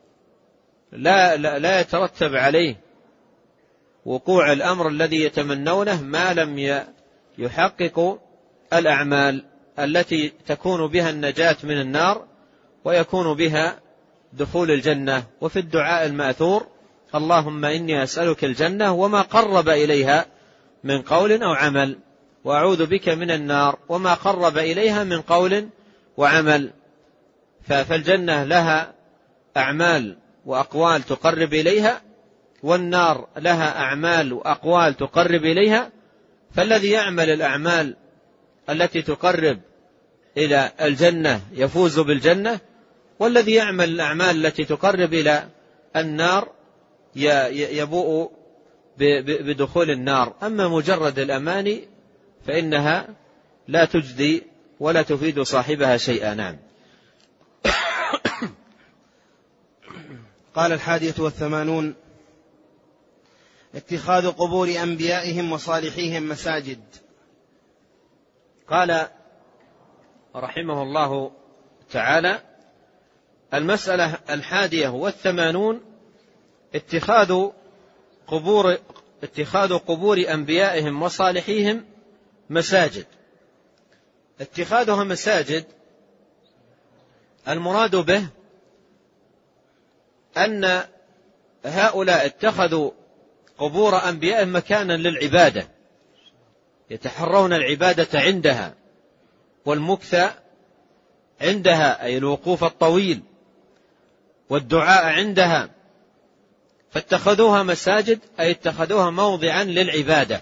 لا يترتب عليه وقوع الأمر الذي يتمنونه ما لم يحقق الأعمال التي تكون بها النجاة من النار ويكون بها دخول الجنة. وفي الدعاء المأثور: اللهم إني أسألك الجنة وما قرب إليها من قول أو عمل، وأعوذ بك من النار وما قرب إليها من قول وعمل. فالجنة لها أعمال وأقوال تقرب إليها، والنار لها أعمال وأقوال تقرب إليها. فالذي يعمل الأعمال التي تقرب إلى الجنة يفوز بالجنة، والذي يعمل الأعمال التي تقرب إلى النار يبوء بدخول النار. أما مجرد الأماني فإنها لا تجدي ولا تفيد صاحبها شيئا. نعم. قال 81: اتخاذ قبور أنبيائهم وصالحيهم مساجد. قال رحمه الله تعالى: المسألة 81: اتخاذ قبور أنبيائهم وصالحيهم مساجد. اتخاذها مساجد المراد به أن هؤلاء اتخذوا قبور أنبيائهم مكانا للعبادة، يتحرون العبادة عندها والمكث عندها، أي الوقوف الطويل والدعاء عندها، فاتخذوها مساجد، أي اتخذوها موضعا للعبادة،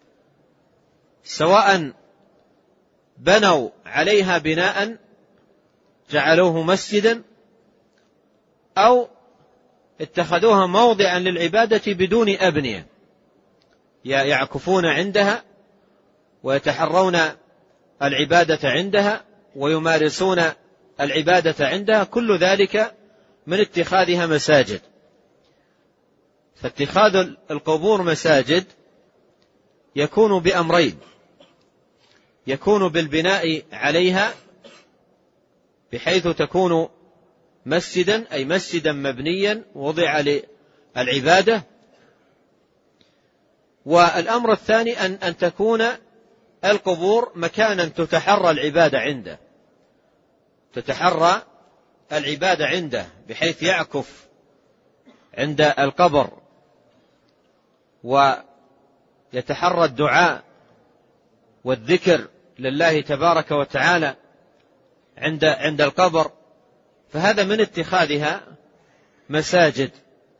سواء بنوا عليها بناء جعلوه مسجدا، أو اتخذوها موضعا للعبادة بدون أبنية، يعكفون عندها ويتحرون العبادة عندها ويمارسون العبادة عندها، كل ذلك من اتخاذها مساجد. فاتخاذ القبور مساجد يكون بأمرين: يكون بالبناء عليها بحيث تكون مسجدا، أي مسجدا مبنيا وضع للعبادة. والأمر الثاني أن تكون القبور مكانا تتحرى العبادة عنده، تتحرى العبادة عنده بحيث يعكف عند القبر ويتحرى الدعاء والذكر لله تبارك وتعالى عند القبر، فهذا من اتخاذها مساجد.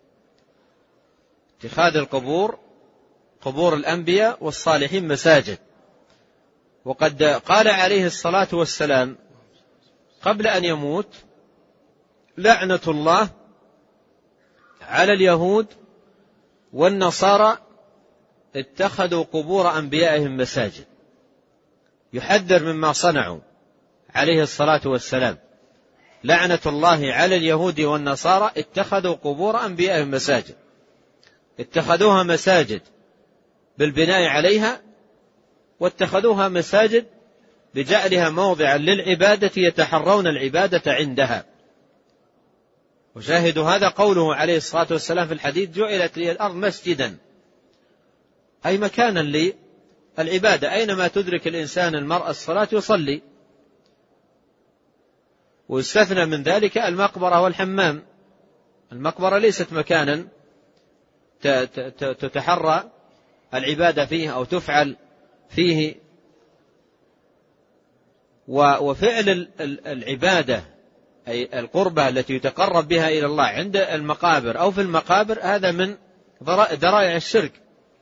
اتخاذ القبور، قبور الأنبياء والصالحين، مساجد. وقد قال عليه الصلاة والسلام قبل أن يموت: لعنة الله على اليهود والنصارى اتخذوا قبور أنبيائهم مساجد. يحذر مما صنعوا عليه الصلاة والسلام: لعنة الله على اليهود والنصارى اتخذوا قبور أنبيائهم مساجد. اتخذوها مساجد بالبناء عليها، واتخذوها مساجد بجعلها موضعا للعبادة يتحرون العبادة عندها. وشاهد هذا قوله عليه الصلاة والسلام في الحديث: جعلت لي الأرض مسجدا، أي مكانا للعبادة، أينما تدرك الإنسان المرء الصلاة يصلي. واستثنى من ذلك المقبرة والحمام. المقبرة ليست مكانا تتحرى العبادة فيه أو تفعل فيه. وفعل العبادة، أي القربة التي يتقرب بها إلى الله عند المقابر أو في المقابر، هذا من ذرائع الشرك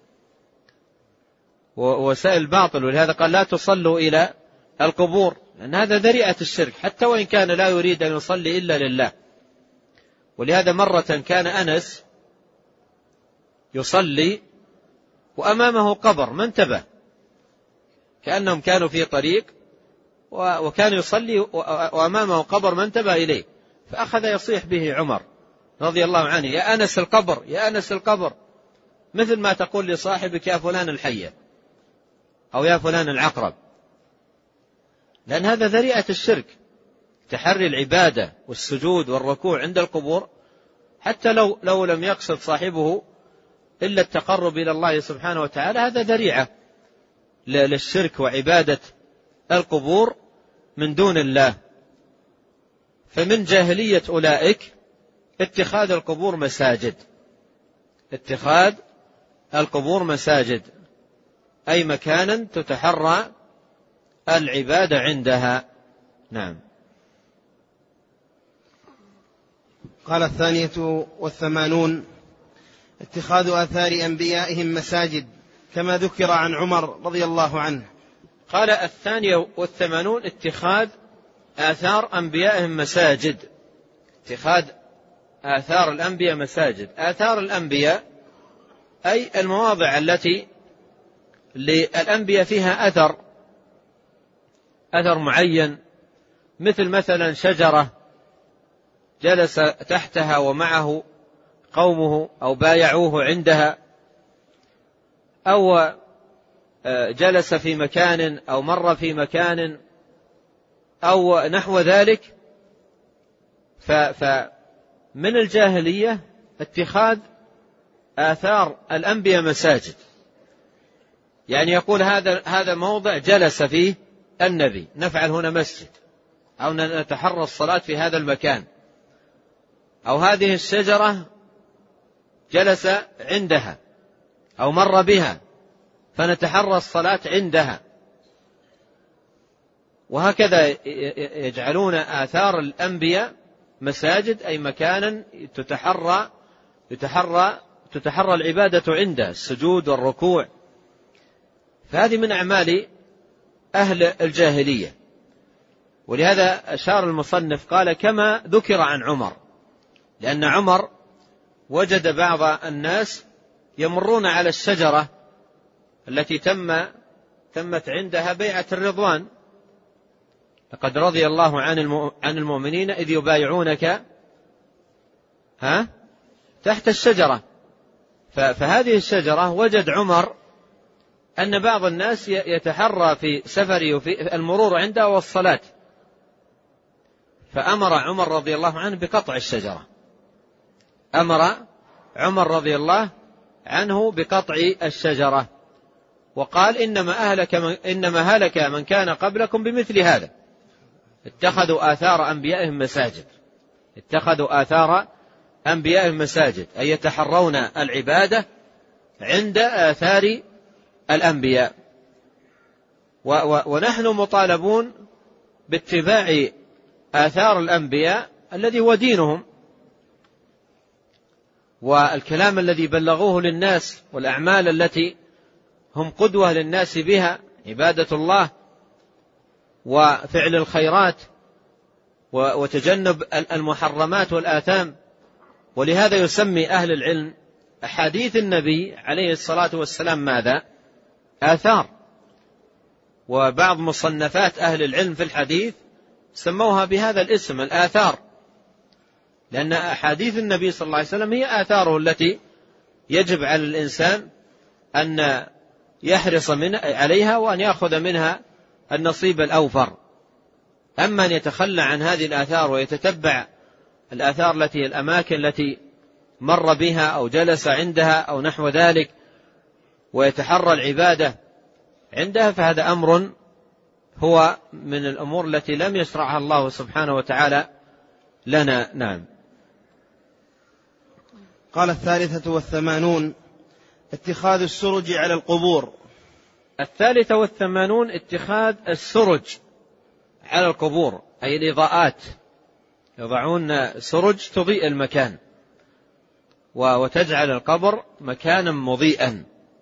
ووسائل الباطل. ولهذا قال: لا تصلوا إلى القبور، لأن هذا ذريعة الشرك، حتى وإن كان لا يريد أن يصلي إلا لله. ولهذا مرة كان أنس يصلي وأمامه قبر، ما انتبه، كأنهم كانوا في طريق وكان يصلي وأمامه قبر ما انتبه إليه، فأخذ يصيح به عمر رضي الله عنه: يا أنس القبر، يا أنس القبر، مثل ما تقول لصاحبك يا فلان الحية أو يا فلان العقرب، لأن هذا ذريعة الشرك، تحري العبادة والسجود والركوع عند القبور، حتى لو لم يقصد صاحبه إلا التقرب إلى الله سبحانه وتعالى، هذا ذريعة للشرك وعبادة القبور من دون الله. فمن جاهلية أولئك اتخاذ القبور مساجد. اتخاذ القبور مساجد، أي مكانا تتحرى العبادة عندها. نعم. قال 82: اتخاذ آثار أنبيائهم مساجد، كما ذكر عن عمر رضي الله عنه قال 82 اتخاذ آثار أنبيائهم مساجد. اتخاذ آثار الأنبياء مساجد. آثار الأنبياء أي المواضع التي للأنبياء فيها أثر معين، مثلا شجرة جلس تحتها ومعه قومه أو بايعوه عندها، أو جلس في مكان أو مر في مكان أو نحو ذلك. فمن الجاهلية اتخاذ آثار الأنبياء مساجد، يعني يقول هذا موضع جلس فيه النبي، نفعل هنا مسجد، أو نتحرى الصلاة في هذا المكان، أو هذه الشجرة جلس عندها أو مر بها فنتحرى الصلاة عندها. وهكذا يجعلون آثار الأنبياء مساجد، أي مكانا تتحرى العبادة عنده، السجود والركوع. فهذه من أعمال أهل الجاهلية. ولهذا أشار المصنف قال كما ذكر عن عمر، لأن عمر وجد بعض الناس يمرون على الشجرة التي تمت عندها بيعة الرضوان، لقد رضي الله عن المؤمنين إذ يبايعونك تحت الشجرة. فهذه الشجرة وجد عمر أن بعض الناس يتحرى في سفره في المرور عندها والصلاة، فأمر عمر رضي الله عنه بقطع الشجرة. أمر عمر رضي الله عنه بقطع الشجرة، وقال إنما هلك من كان قبلكم بمثل هذا، اتخذوا آثار أنبيائهم مساجد. اتخذوا آثار أنبيائهم مساجد، أي يتحرون العبادة عند آثار الأنبياء. ونحن مطالبون باتباع آثار الأنبياء الذي هو دينهم، والكلام الذي بلغوه للناس، والأعمال التي هم قدوة للناس بها، عبادة الله وفعل الخيرات وتجنب المحرمات والآثام. ولهذا يسمي أهل العلم أحاديث النبي عليه الصلاة والسلام ماذا؟ آثار. وبعض مصنفات أهل العلم في الحديث سموها بهذا الاسم، الآثار، لأن أحاديث النبي صلى الله عليه وسلم هي آثاره التي يجب على الإنسان أن يحرص عليها وأن يأخذ منها النصيب الأوفر. أما أن يتخلى عن هذه الآثار ويتتبع الآثار التي الأماكن التي مر بها أو جلس عندها أو نحو ذلك ويتحرى العبادة عندها، فهذا أمر هو من الأمور التي لم يشرعها الله سبحانه وتعالى لنا. نعم. قال 83 اتخاذ السرج على القبور. 83 اتخاذ السرج على القبور، أي الإضاءات، يضعون سرج تضيء المكان وتجعل القبر مكانا مضيئا،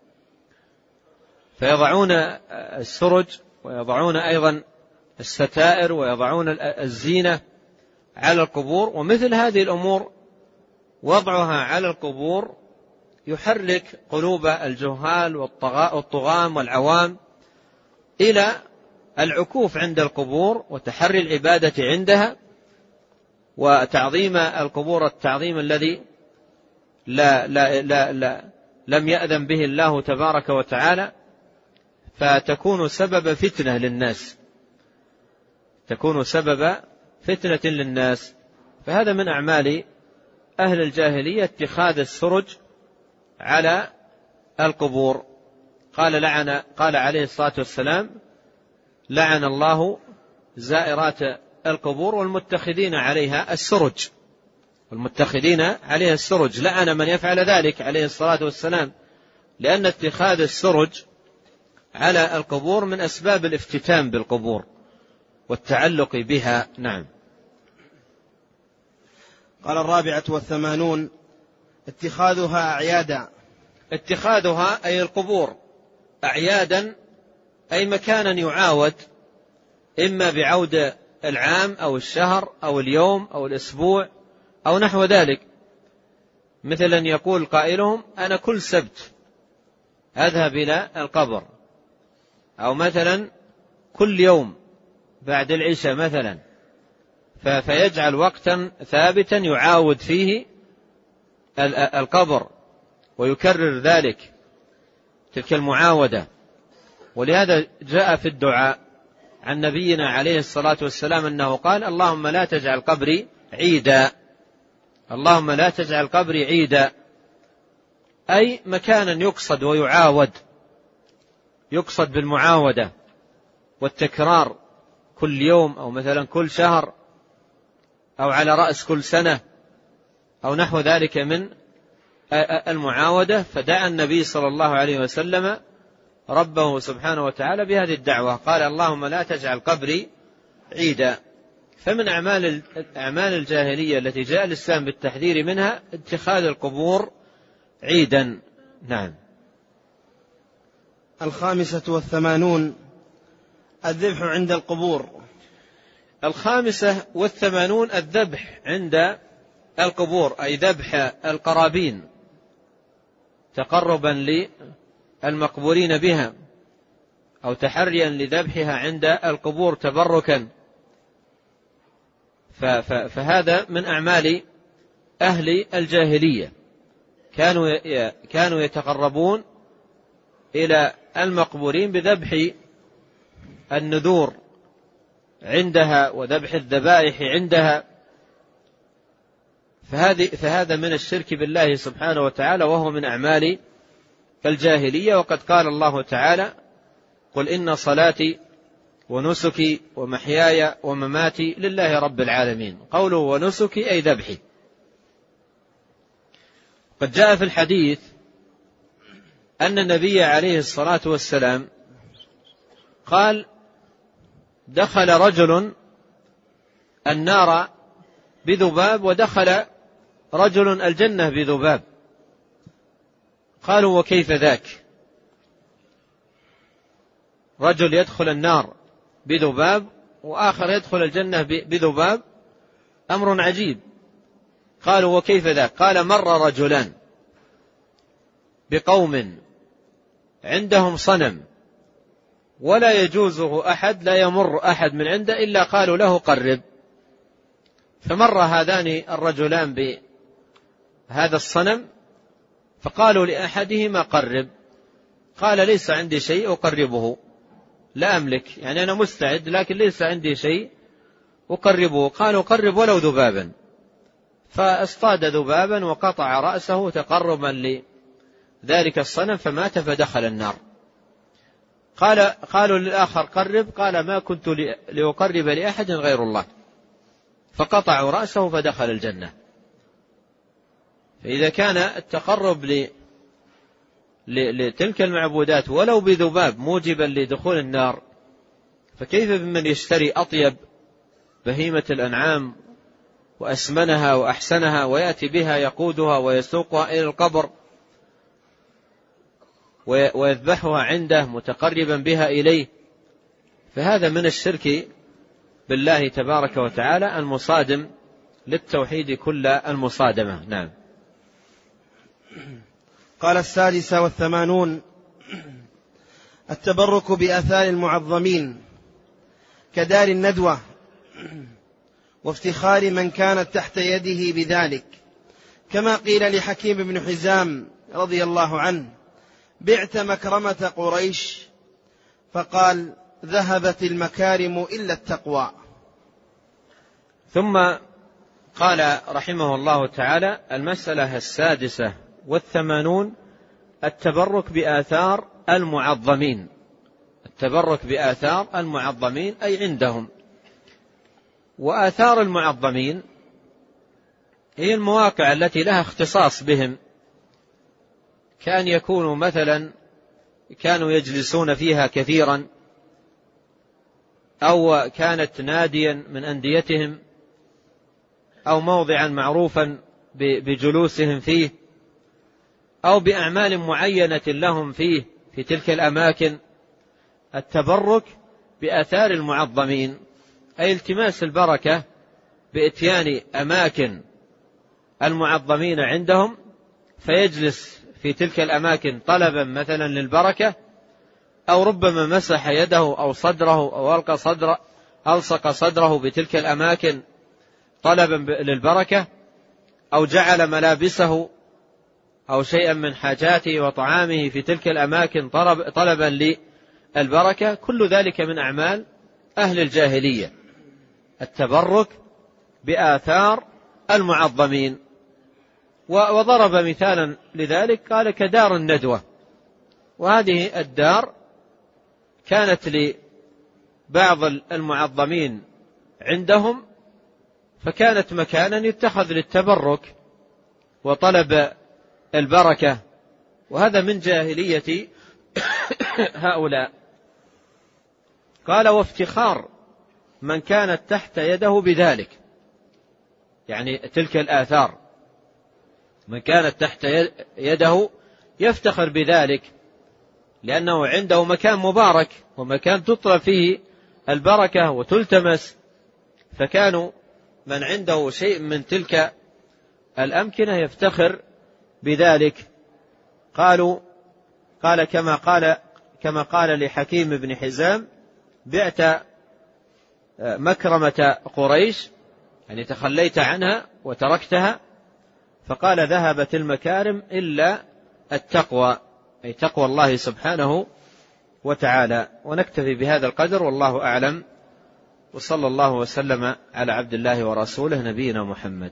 فيضعون السرج ويضعون أيضا الستائر ويضعون الزينة على القبور. ومثل هذه الأمور وضعها على القبور يحرك قلوب الجهال والطغام والعوام إلى العكوف عند القبور وتحري العبادة عندها وتعظيم القبور التعظيم الذي لم يأذن به الله تبارك وتعالى، فتكون سبب فتنة للناس، تكون سبب فتنة للناس. فهذا من أعمال أهل الجاهلية اتخاذ السرج على القبور. قال عليه الصلاة والسلام لعن الله زائرات القبور والمتخذين عليها السرج، والمتخذين عليها السرج، لعن من يفعل ذلك عليه الصلاة والسلام، لأن اتخاذ السرج على القبور من أسباب الافتتان بالقبور والتعلق بها. نعم. قال 84 اتخاذها أعيادا. اتخاذها أي القبور أعيادا أي مكانا يعاود، إما بعود العام أو الشهر أو اليوم أو الأسبوع أو نحو ذلك، مثل أن يقول قائلهم أنا كل سبت أذهب إلى القبر، أو مثلا كل يوم بعد العشاء مثلا، فيجعل وقتا ثابتا يعاود فيه القبر ويكرر ذلك تلك المعاودة. ولهذا جاء في الدعاء عن نبينا عليه الصلاة والسلام أنه قال اللهم لا تجعل قبري عيدا، اللهم لا تجعل قبري عيدا، أي مكانا يقصد ويعاود، يقصد بالمعاودة والتكرار كل يوم أو مثلا كل شهر أو على رأس كل سنة أو نحو ذلك من المعاودة. فدعا النبي صلى الله عليه وسلم ربه سبحانه وتعالى بهذه الدعوة، قال اللهم لا تجعل قبري عيدا. فمن أعمال الجاهلية التي جاء الإسلام بالتحذير منها اتخاذ القبور عيدا. نعم. 85 الذبح عند القبور. 85 الذبح عند القبور، أي ذبح القرابين تقربا للمقبورين بها أو تحريا لذبحها عند القبور تبركا. فهذا من أعمال أهل الجاهلية، كانوا يتقربون إلى المقبورين بذبح النذور عندها وذبح الذبائح عندها. فهذا من الشرك بالله سبحانه وتعالى، وهو من أعمال الجاهلية. وقد قال الله تعالى قل إن صلاتي ونسكي ومحياي ومماتي لله رب العالمين. قوله ونسكي أي ذبحي. قد جاء في الحديث أن النبي عليه الصلاة والسلام قال دخل رجل النار بذباب ودخل رجل الجنة بذباب. قالوا وكيف ذاك؟ رجل يدخل النار بذباب وآخر يدخل الجنة بذباب، أمر عجيب. قالوا وكيف ذاك؟ قال مر رجلان بقوم عندهم صنم ولا يجوزه أحد، لا يمر أحد من عنده إلا قالوا له قرب. فمر هذان الرجلان بهذا الصنم فقالوا لأحدهما قرب، قال ليس عندي شيء أقربه، لا أملك، يعني أنا مستعد لكن ليس عندي شيء أقربه. قالوا قرب ولو ذبابا، فاصطاد ذبابا وقطع رأسه تقربا لذلك الصنم فمات فدخل النار. قالوا للآخر قرب، قال ما كنت لأقرب لأحد غير الله، فقطعوا رأسه فدخل الجنة. فإذا كان التقرب لتلك المعبودات ولو بذباب موجبا لدخول النار، فكيف بمن يشتري أطيب بهيمة الأنعام وأسمنها وأحسنها ويأتي بها يقودها ويسوقها إلى القبر ويذبحها عنده متقربا بها إليه. فهذا من الشرك بالله تبارك وتعالى المصادم للتوحيد كل المصادمة. نعم. قال 86 التبرك بآثار المعظمين كدار الندوة وافتخار من كانت تحت يده بذلك، كما قيل لحكيم بن حزام رضي الله عنه بعت مكرمة قريش فقال ذهبت المكارم إلا التقوى. ثم قال رحمه الله تعالى 86 التبرك بآثار المعظمين. التبرك بآثار المعظمين أي عندهم. وآثار المعظمين هي المواقع التي لها اختصاص بهم، كأن يكونوا مثلا كانوا يجلسون فيها كثيرا، أو كانت ناديا من أنديتهم، أو موضعا معروفا بجلوسهم فيه، أو بأعمال معينة لهم فيه في تلك الأماكن التبرك بآثار المعظمين، أي التماس البركة بإتيان أماكن المعظمين عندهم، فيجلس في تلك الأماكن طلبا مثلا للبركة، أو ربما مسح يده أو صدره أو ألصق صدره بتلك الأماكن طلبا للبركة، أو جعل ملابسه أو شيئا من حاجاته وطعامه في تلك الأماكن طلبا للبركة. كل ذلك من أعمال أهل الجاهلية، التبرك بآثار المعظمين. وضرب مثالا لذلك قال كدار الندوة، وهذه الدار كانت لبعض المعظمين عندهم، فكانت مكانا يتخذ للتبرك وطلب البركة، وهذا من جاهلية هؤلاء. قال وافتخار من كانت تحت يده بذلك، يعني تلك الآثار من كانت تحت يده يفتخر بذلك، لأنه عنده مكان مبارك ومكان تطلب فيه البركة وتلتمس، فكانوا من عنده شيء من تلك الأمكنة يفتخر بذلك. قال كما قال لحكيم بن حزام بعت مكرمة قريش، يعني تخليت عنها وتركتها، فقال ذهبت المكارم إلا التقوى، أي تقوى الله سبحانه وتعالى. ونكتفي بهذا القدر والله أعلم، وصلى الله وسلم على عبد الله ورسوله نبينا محمد.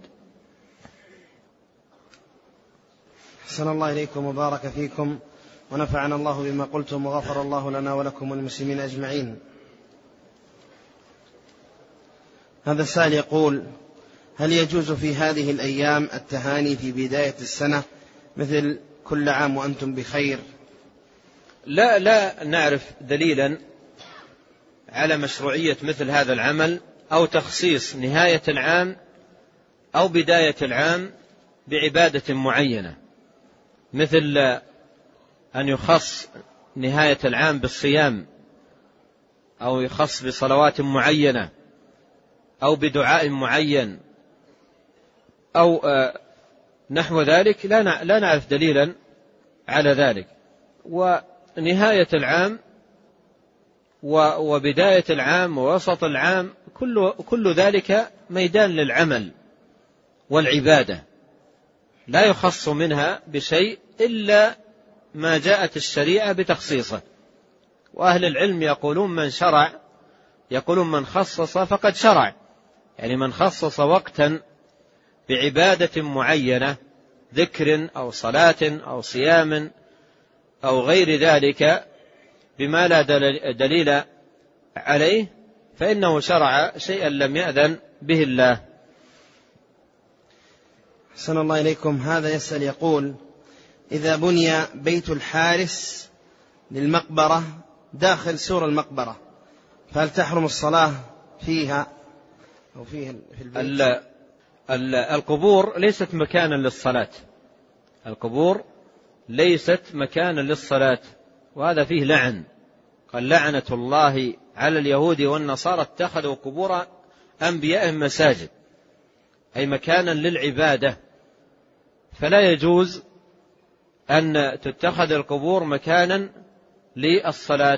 أحسن الله إليكم وبارك فيكم، ونفعنا الله بما قلتم، وغفر الله لنا ولكم والمسلمين أجمعين. هذا السائل يقول: هل يجوز في هذه الأيام التهاني في بداية السنة مثل كل عام وأنتم بخير؟ لا نعرف دليلا على مشروعية مثل هذا العمل، أو تخصيص نهاية العام أو بداية العام بعبادة معينة، مثل أن يخص نهاية العام بالصيام، أو يخص بصلوات معينة، أو بدعاء معين، أو نحو ذلك. لا نعرف دليلا على ذلك. ونهاية العام وبداية العام ووسط العام كل ذلك ميدان للعمل والعبادة، لا يخص منها بشيء إلا ما جاءت الشريعة بتخصيصه. وأهل العلم يقولون من خصص فقد شرع، يعني من خصص وقتا بعبادة معينة، ذكر أو صلاة أو صيام أو غير ذلك، بما لا دليل عليه، فإنه شرع شيئا لم يأذن به الله. أحسن الله إليكم. هذا يسأل يقول: إذا بني بيت الحارس للمقبرة داخل سور المقبرة، فهل تحرم الصلاة فيها أو في البيت؟ القبور ليست مكانا للصلاة، القبور ليست مكانا للصلاة، وهذا فيه لعن. قال: لعنة الله على اليهود والنصارى اتخذوا قبور أنبيائهم مساجد، أي مكانا للعبادة. فلا يجوز أن تتخذ القبور مكانا للصلاة،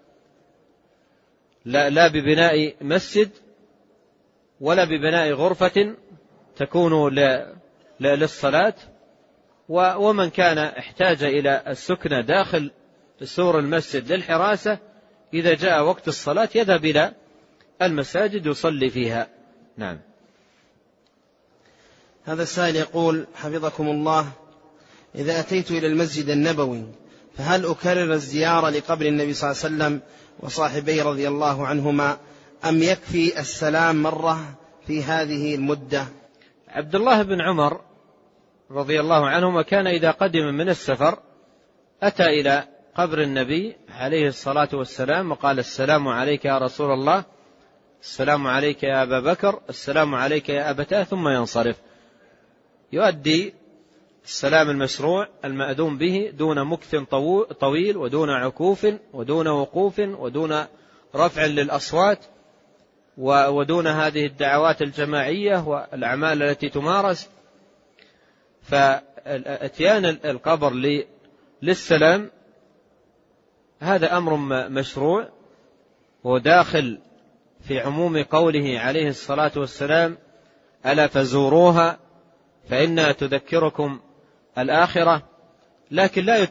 لا ببناء مسجد ولا ببناء غرفة تكون للصلاة. ومن كان احتاج إلى السكنة داخل سور المسجد للحراسة، إذا جاء وقت الصلاة يذهب إلى المساجد يصلي فيها. نعم. هذا السائل يقول: حفظكم الله، إذا أتيت إلى المسجد النبوي فهل أكرر الزيارة لقبر النبي صلى الله عليه وسلم وصاحبيه رضي الله عنهما، أم يكفي السلام مرة في هذه المدة؟ عبد الله بن عمر رضي الله عنهما كان إذا قدم من السفر أتى إلى قبر النبي عليه الصلاة والسلام وقال: السلام عليك يا رسول الله، السلام عليك يا أبا بكر، السلام عليك يا أبتاه، ثم ينصرف، يؤدي السلام المشروع المأذون به دون مكث طويل ودون عكوف ودون وقوف ودون رفع للأصوات ودون هذه الدعوات الجماعية والأعمال التي تمارس. فاتيان القبر للسلام هذا أمر مشروع وداخل في عموم قوله عليه الصلاة والسلام: ألا فزوروها فإنها تذكركم الآخرة. لكن لا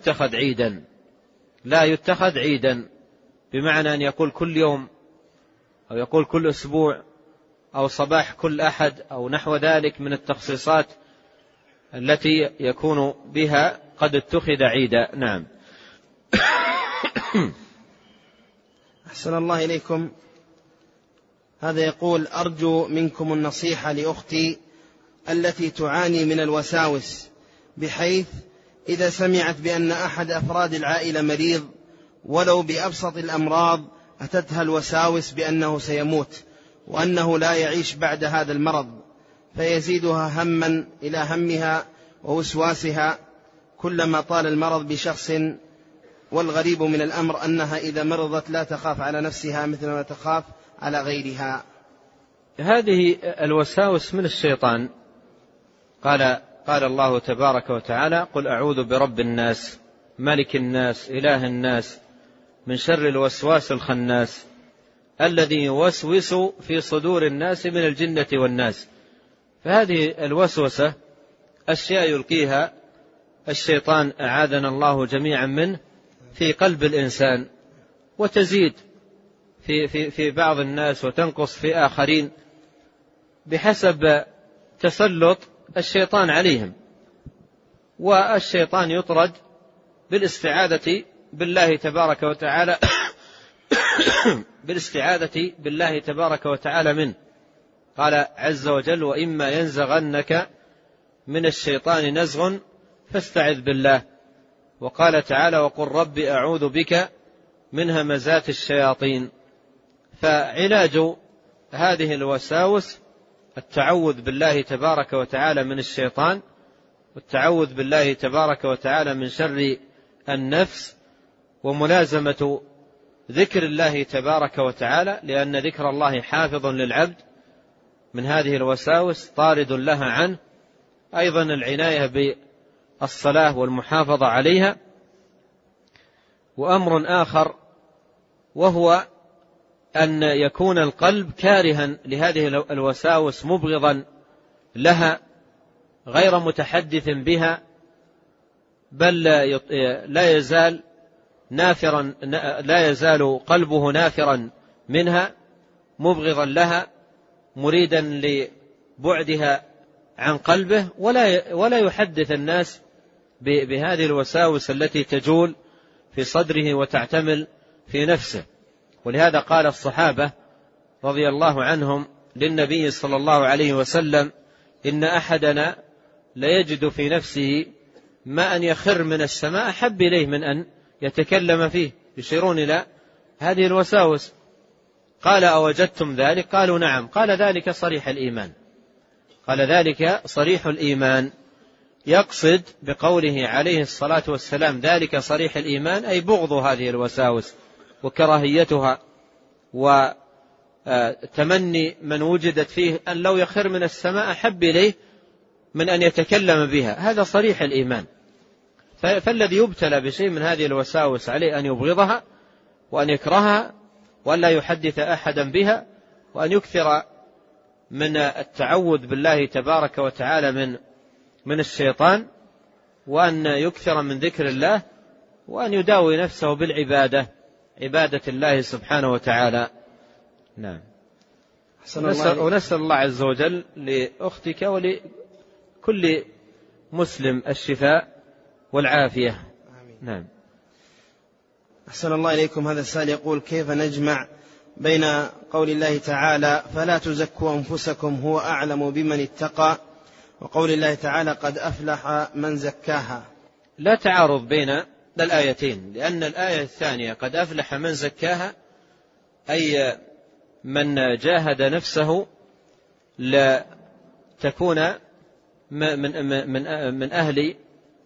يتخذ عيدا بمعنى أن يقول كل يوم أو يقول كل أسبوع أو صباح كل أحد أو نحو ذلك من التخصيصات التي يكون بها قد اتخذ عيدا. نعم. أحسن الله إليكم. هذا يقول: أرجو منكم النصيحة لأختي التي تعاني من الوساوس، بحيث إذا سمعت بأن أحد أفراد العائلة مريض ولو بأبسط الأمراض أتتها الوساوس بأنه سيموت وأنه لا يعيش بعد هذا المرض، فيزيدها هما إلى همها ووسواسها كلما طال المرض بشخص. والغريب من الأمر أنها إذا مرضت لا تخاف على نفسها مثل ما تخاف على غيرها. هذه الوساوس من الشيطان. قال الله تبارك وتعالى: قل أعوذ برب الناس ملك الناس إله الناس من شر الوسواس الخناس الذي يوسوس في صدور الناس من الجنة والناس. فهذه الوسوسة أشياء يلقيها الشيطان أعاذنا الله جميعا منه في قلب الإنسان، وتزيد في بعض الناس وتنقص في آخرين بحسب تسلط الشيطان عليهم. والشيطان يطرد بالاستعاذة بالله تبارك وتعالى منه. قال عز وجل: وإما ينزغنك من الشيطان نزغ فاستعذ بالله. وقال تعالى: وقل رب أعوذ بك من همزات الشياطين. فعلاج هذه الوساوس التعوذ بالله تبارك وتعالى من الشيطان، والتعوذ بالله تبارك وتعالى من شر النفس، وملازمة ذكر الله تبارك وتعالى، لأن ذكر الله حافظ للعبد من هذه الوساوس طارد لها عنه. أيضا العناية بالصلاة والمحافظة عليها. وأمر آخر وهو أن يكون القلب كارها لهذه الوساوس مبغضا لها غير متحدث بها، بل لا يزال قلبه نافرا منها مبغضا لها مريدا لبعدها عن قلبه، ولا يحدث الناس بهذه الوساوس التي تجول في صدره وتعتمل في نفسه. ولهذا قال الصحابة رضي الله عنهم للنبي صلى الله عليه وسلم: إن أحدنا ليجد في نفسه ما أن يخر من السماء أحب إليه من أن يتكلم فيه، يشيرون إلى هذه الوساوس. قال: أوجدتم ذلك؟ قالوا: نعم. قال: ذلك صريح الإيمان. يقصد بقوله عليه الصلاة والسلام ذلك صريح الإيمان أي بغض هذه الوساوس وكراهيتها، وتمني من وجدت فيه أن لو يخر من السماء أحب إليه من أن يتكلم بها. هذا صريح الإيمان. فالذي يبتلى بشيء من هذه الوساوس عليه أن يبغضها وأن يكرهها وأن لا يحدث أحدا بها، وأن يكثر من التعوذ بالله تبارك وتعالى من الشيطان، وأن يكثر من ذكر الله، وأن يداوي نفسه بالعبادة، عبادة الله سبحانه وتعالى. نعم. ونسأل الله عز وجل لأختك ولكل مسلم الشفاء والعافية. آمين. نعم. أحسن الله إليكم. هذا السائل يقول: كيف نجمع بين قول الله تعالى فلا تزكوا أنفسكم هو أعلم بمن اتقى، وقول الله تعالى قد أفلح من زكاها؟ لا تعارض بين الآيتين، لأن الآية الثانية قد أفلح من زكاها أي من جاهد نفسه لتكون من أهل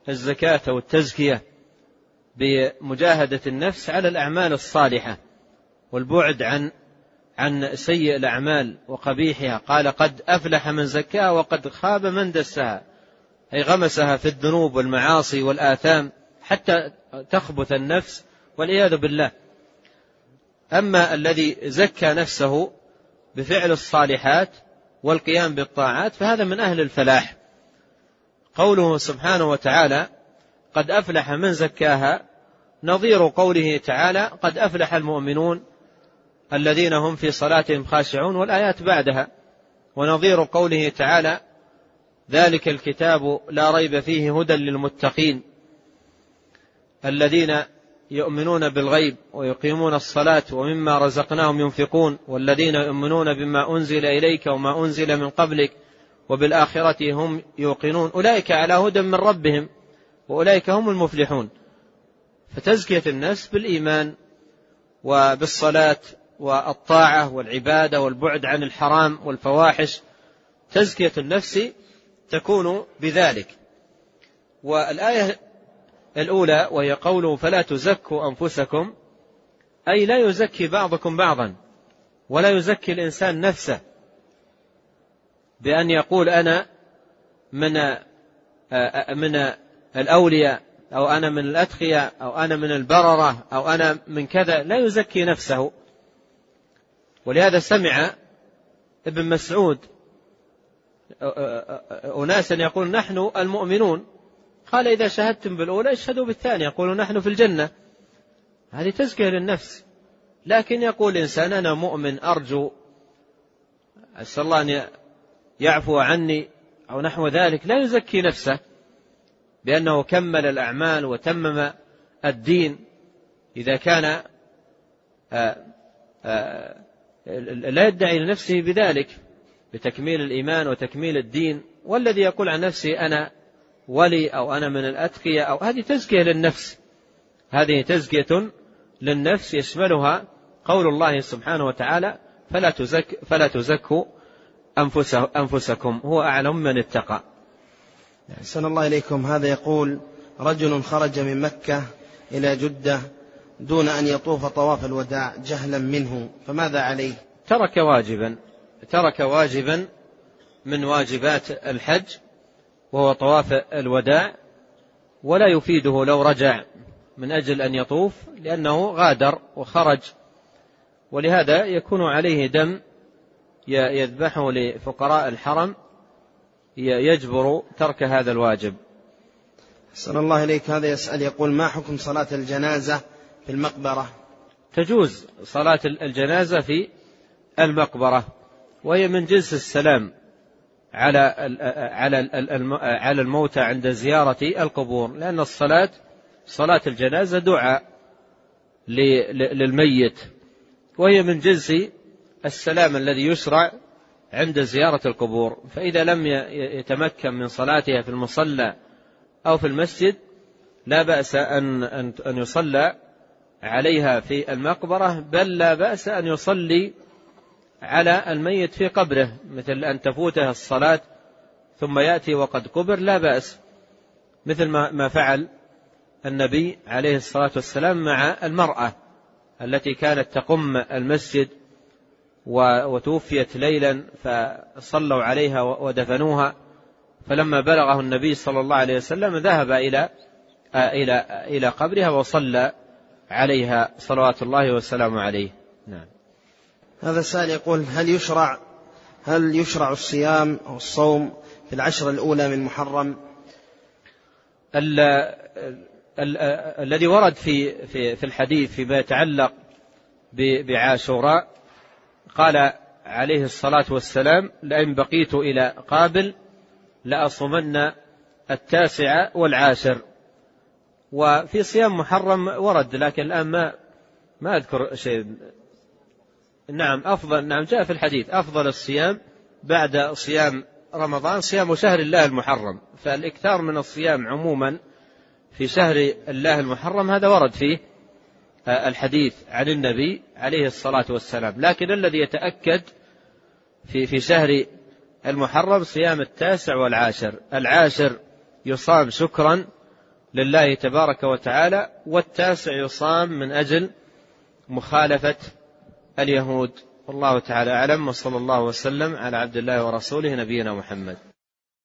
الزكاة والتزكية بمجاهدة النفس على الأعمال الصالحة والبعد عن سيء الأعمال وقبيحها. قال قد أفلح من زكاها وقد خاب من دسها، أي غمسها في الذنوب والمعاصي والآثام حتى تخبث النفس والعياذ بالله. أما الذي زكى نفسه بفعل الصالحات والقيام بالطاعات فهذا من أهل الفلاح. قوله سبحانه وتعالى قد أفلح من زكاها نظير قوله تعالى قد أفلح المؤمنون الذين هم في صلاتهم خاشعون، والآيات بعدها. ونظير قوله تعالى ذلك الكتاب لا ريب فيه هدى للمتقين الذين يؤمنون بالغيب ويقيمون الصلاة ومما رزقناهم ينفقون والذين يؤمنون بما أنزل إليك وما أنزل من قبلك وبالآخرة هم يوقنون أولئك على هدى من ربهم وأولئك هم المفلحون. فتزكية النفس بالإيمان وبالصلاة والطاعة والعبادة والبعد عن الحرام والفواحش، تزكية النفس تكون بذلك. والآية الأولى وهي قوله فلا تزكوا أنفسكم، أي لا يزكي بعضكم بعضا، ولا يزكي الإنسان نفسه بأن يقول أنا من الأولياء أو أنا من الأتقياء أو أنا من البررة أو أنا من كذا، لا يزكي نفسه. ولهذا سمع ابن مسعود أناسا يقول نحن المؤمنون، قال إذا شهدتم بالأولى اشهدوا بالثانية، يقولون نحن في الجنة. هذه تزكية للنفس. لكن يقول إنسان أنا مؤمن أرجو أسأل الله أن يعفو عني أو نحو ذلك، لا يزكي نفسه بأنه كمل الأعمال وتمم الدين. إذا كان لا يدعي لنفسه بذلك بتكميل الإيمان وتكميل الدين. والذي يقول عن نفسه أنا ولي أو أنا من الأتقياء أو هذه تزكية للنفس، هذه تزكية للنفس يشملها قول الله سبحانه وتعالى فلا تزكوا أنفسكم هو أعلم من اتقى. أحسن الله إليكم. هذا يقول رجل خرج من مكة إلى جدة دون أن يطوف طواف الوداع جهلا منه، فماذا عليه؟ ترك واجبا من واجبات الحج وهو طواف الوداع، ولا يفيده لو رجع من أجل أن يطوف لأنه غادر وخرج. ولهذا يكون عليه دم يذبحه لفقراء الحرم يجبر ترك هذا الواجب. أحسن الله إليك. هذا يسأل يقول ما حكم صلاة الجنازة في المقبرة؟ تجوز صلاة الجنازة في المقبرة، وهي من جنس السلام على الموتى عند زيارة القبور، لأن صلاة الجنازة دعاء للميت، وهي من جنس السلام الذي يشرع عند زيارة القبور. فإذا لم يتمكن من صلاتها في المصلى أو في المسجد لا بأس أن يصلى عليها في المقبرة، بل لا بأس أن يصلي على الميت في قبره، مثل أن تفوته الصلاة ثم يأتي وقد قبر لا بأس، مثل ما فعل النبي عليه الصلاة والسلام مع المرأة التي كانت تقم المسجد وتوفيت ليلا فصلوا عليها ودفنوها، فلما بلغه النبي صلى الله عليه وسلم ذهب إلى قبرها وصلى عليها صلوات الله والسلام عليه. نعم. هذا السائل يقول هل يشرع الصيام أو الصوم في العشر الأولى من محرم؟ الذي ورد في الحديث فيما يتعلق بعاشوراء قال عليه الصلاة والسلام لئن بقيت إلى قابل لأصومن 9 و10. وفي صيام محرم ورد، لكن الآن ما أذكر شيء. نعم جاء في الحديث أفضل الصيام بعد صيام رمضان صيام شهر الله المحرم، فالإكثار من الصيام عموما في شهر الله المحرم هذا ورد فيه الحديث عن النبي عليه الصلاة والسلام. لكن الذي يتأكد في شهر المحرم صيام 9 و10. 10 يصام شكرا لله تبارك وتعالى، والتاسع يصام من أجل مخالفة اليهود. والله تعالى أعلم، وصلى الله وسلم على عبد الله ورسوله نبينا محمد.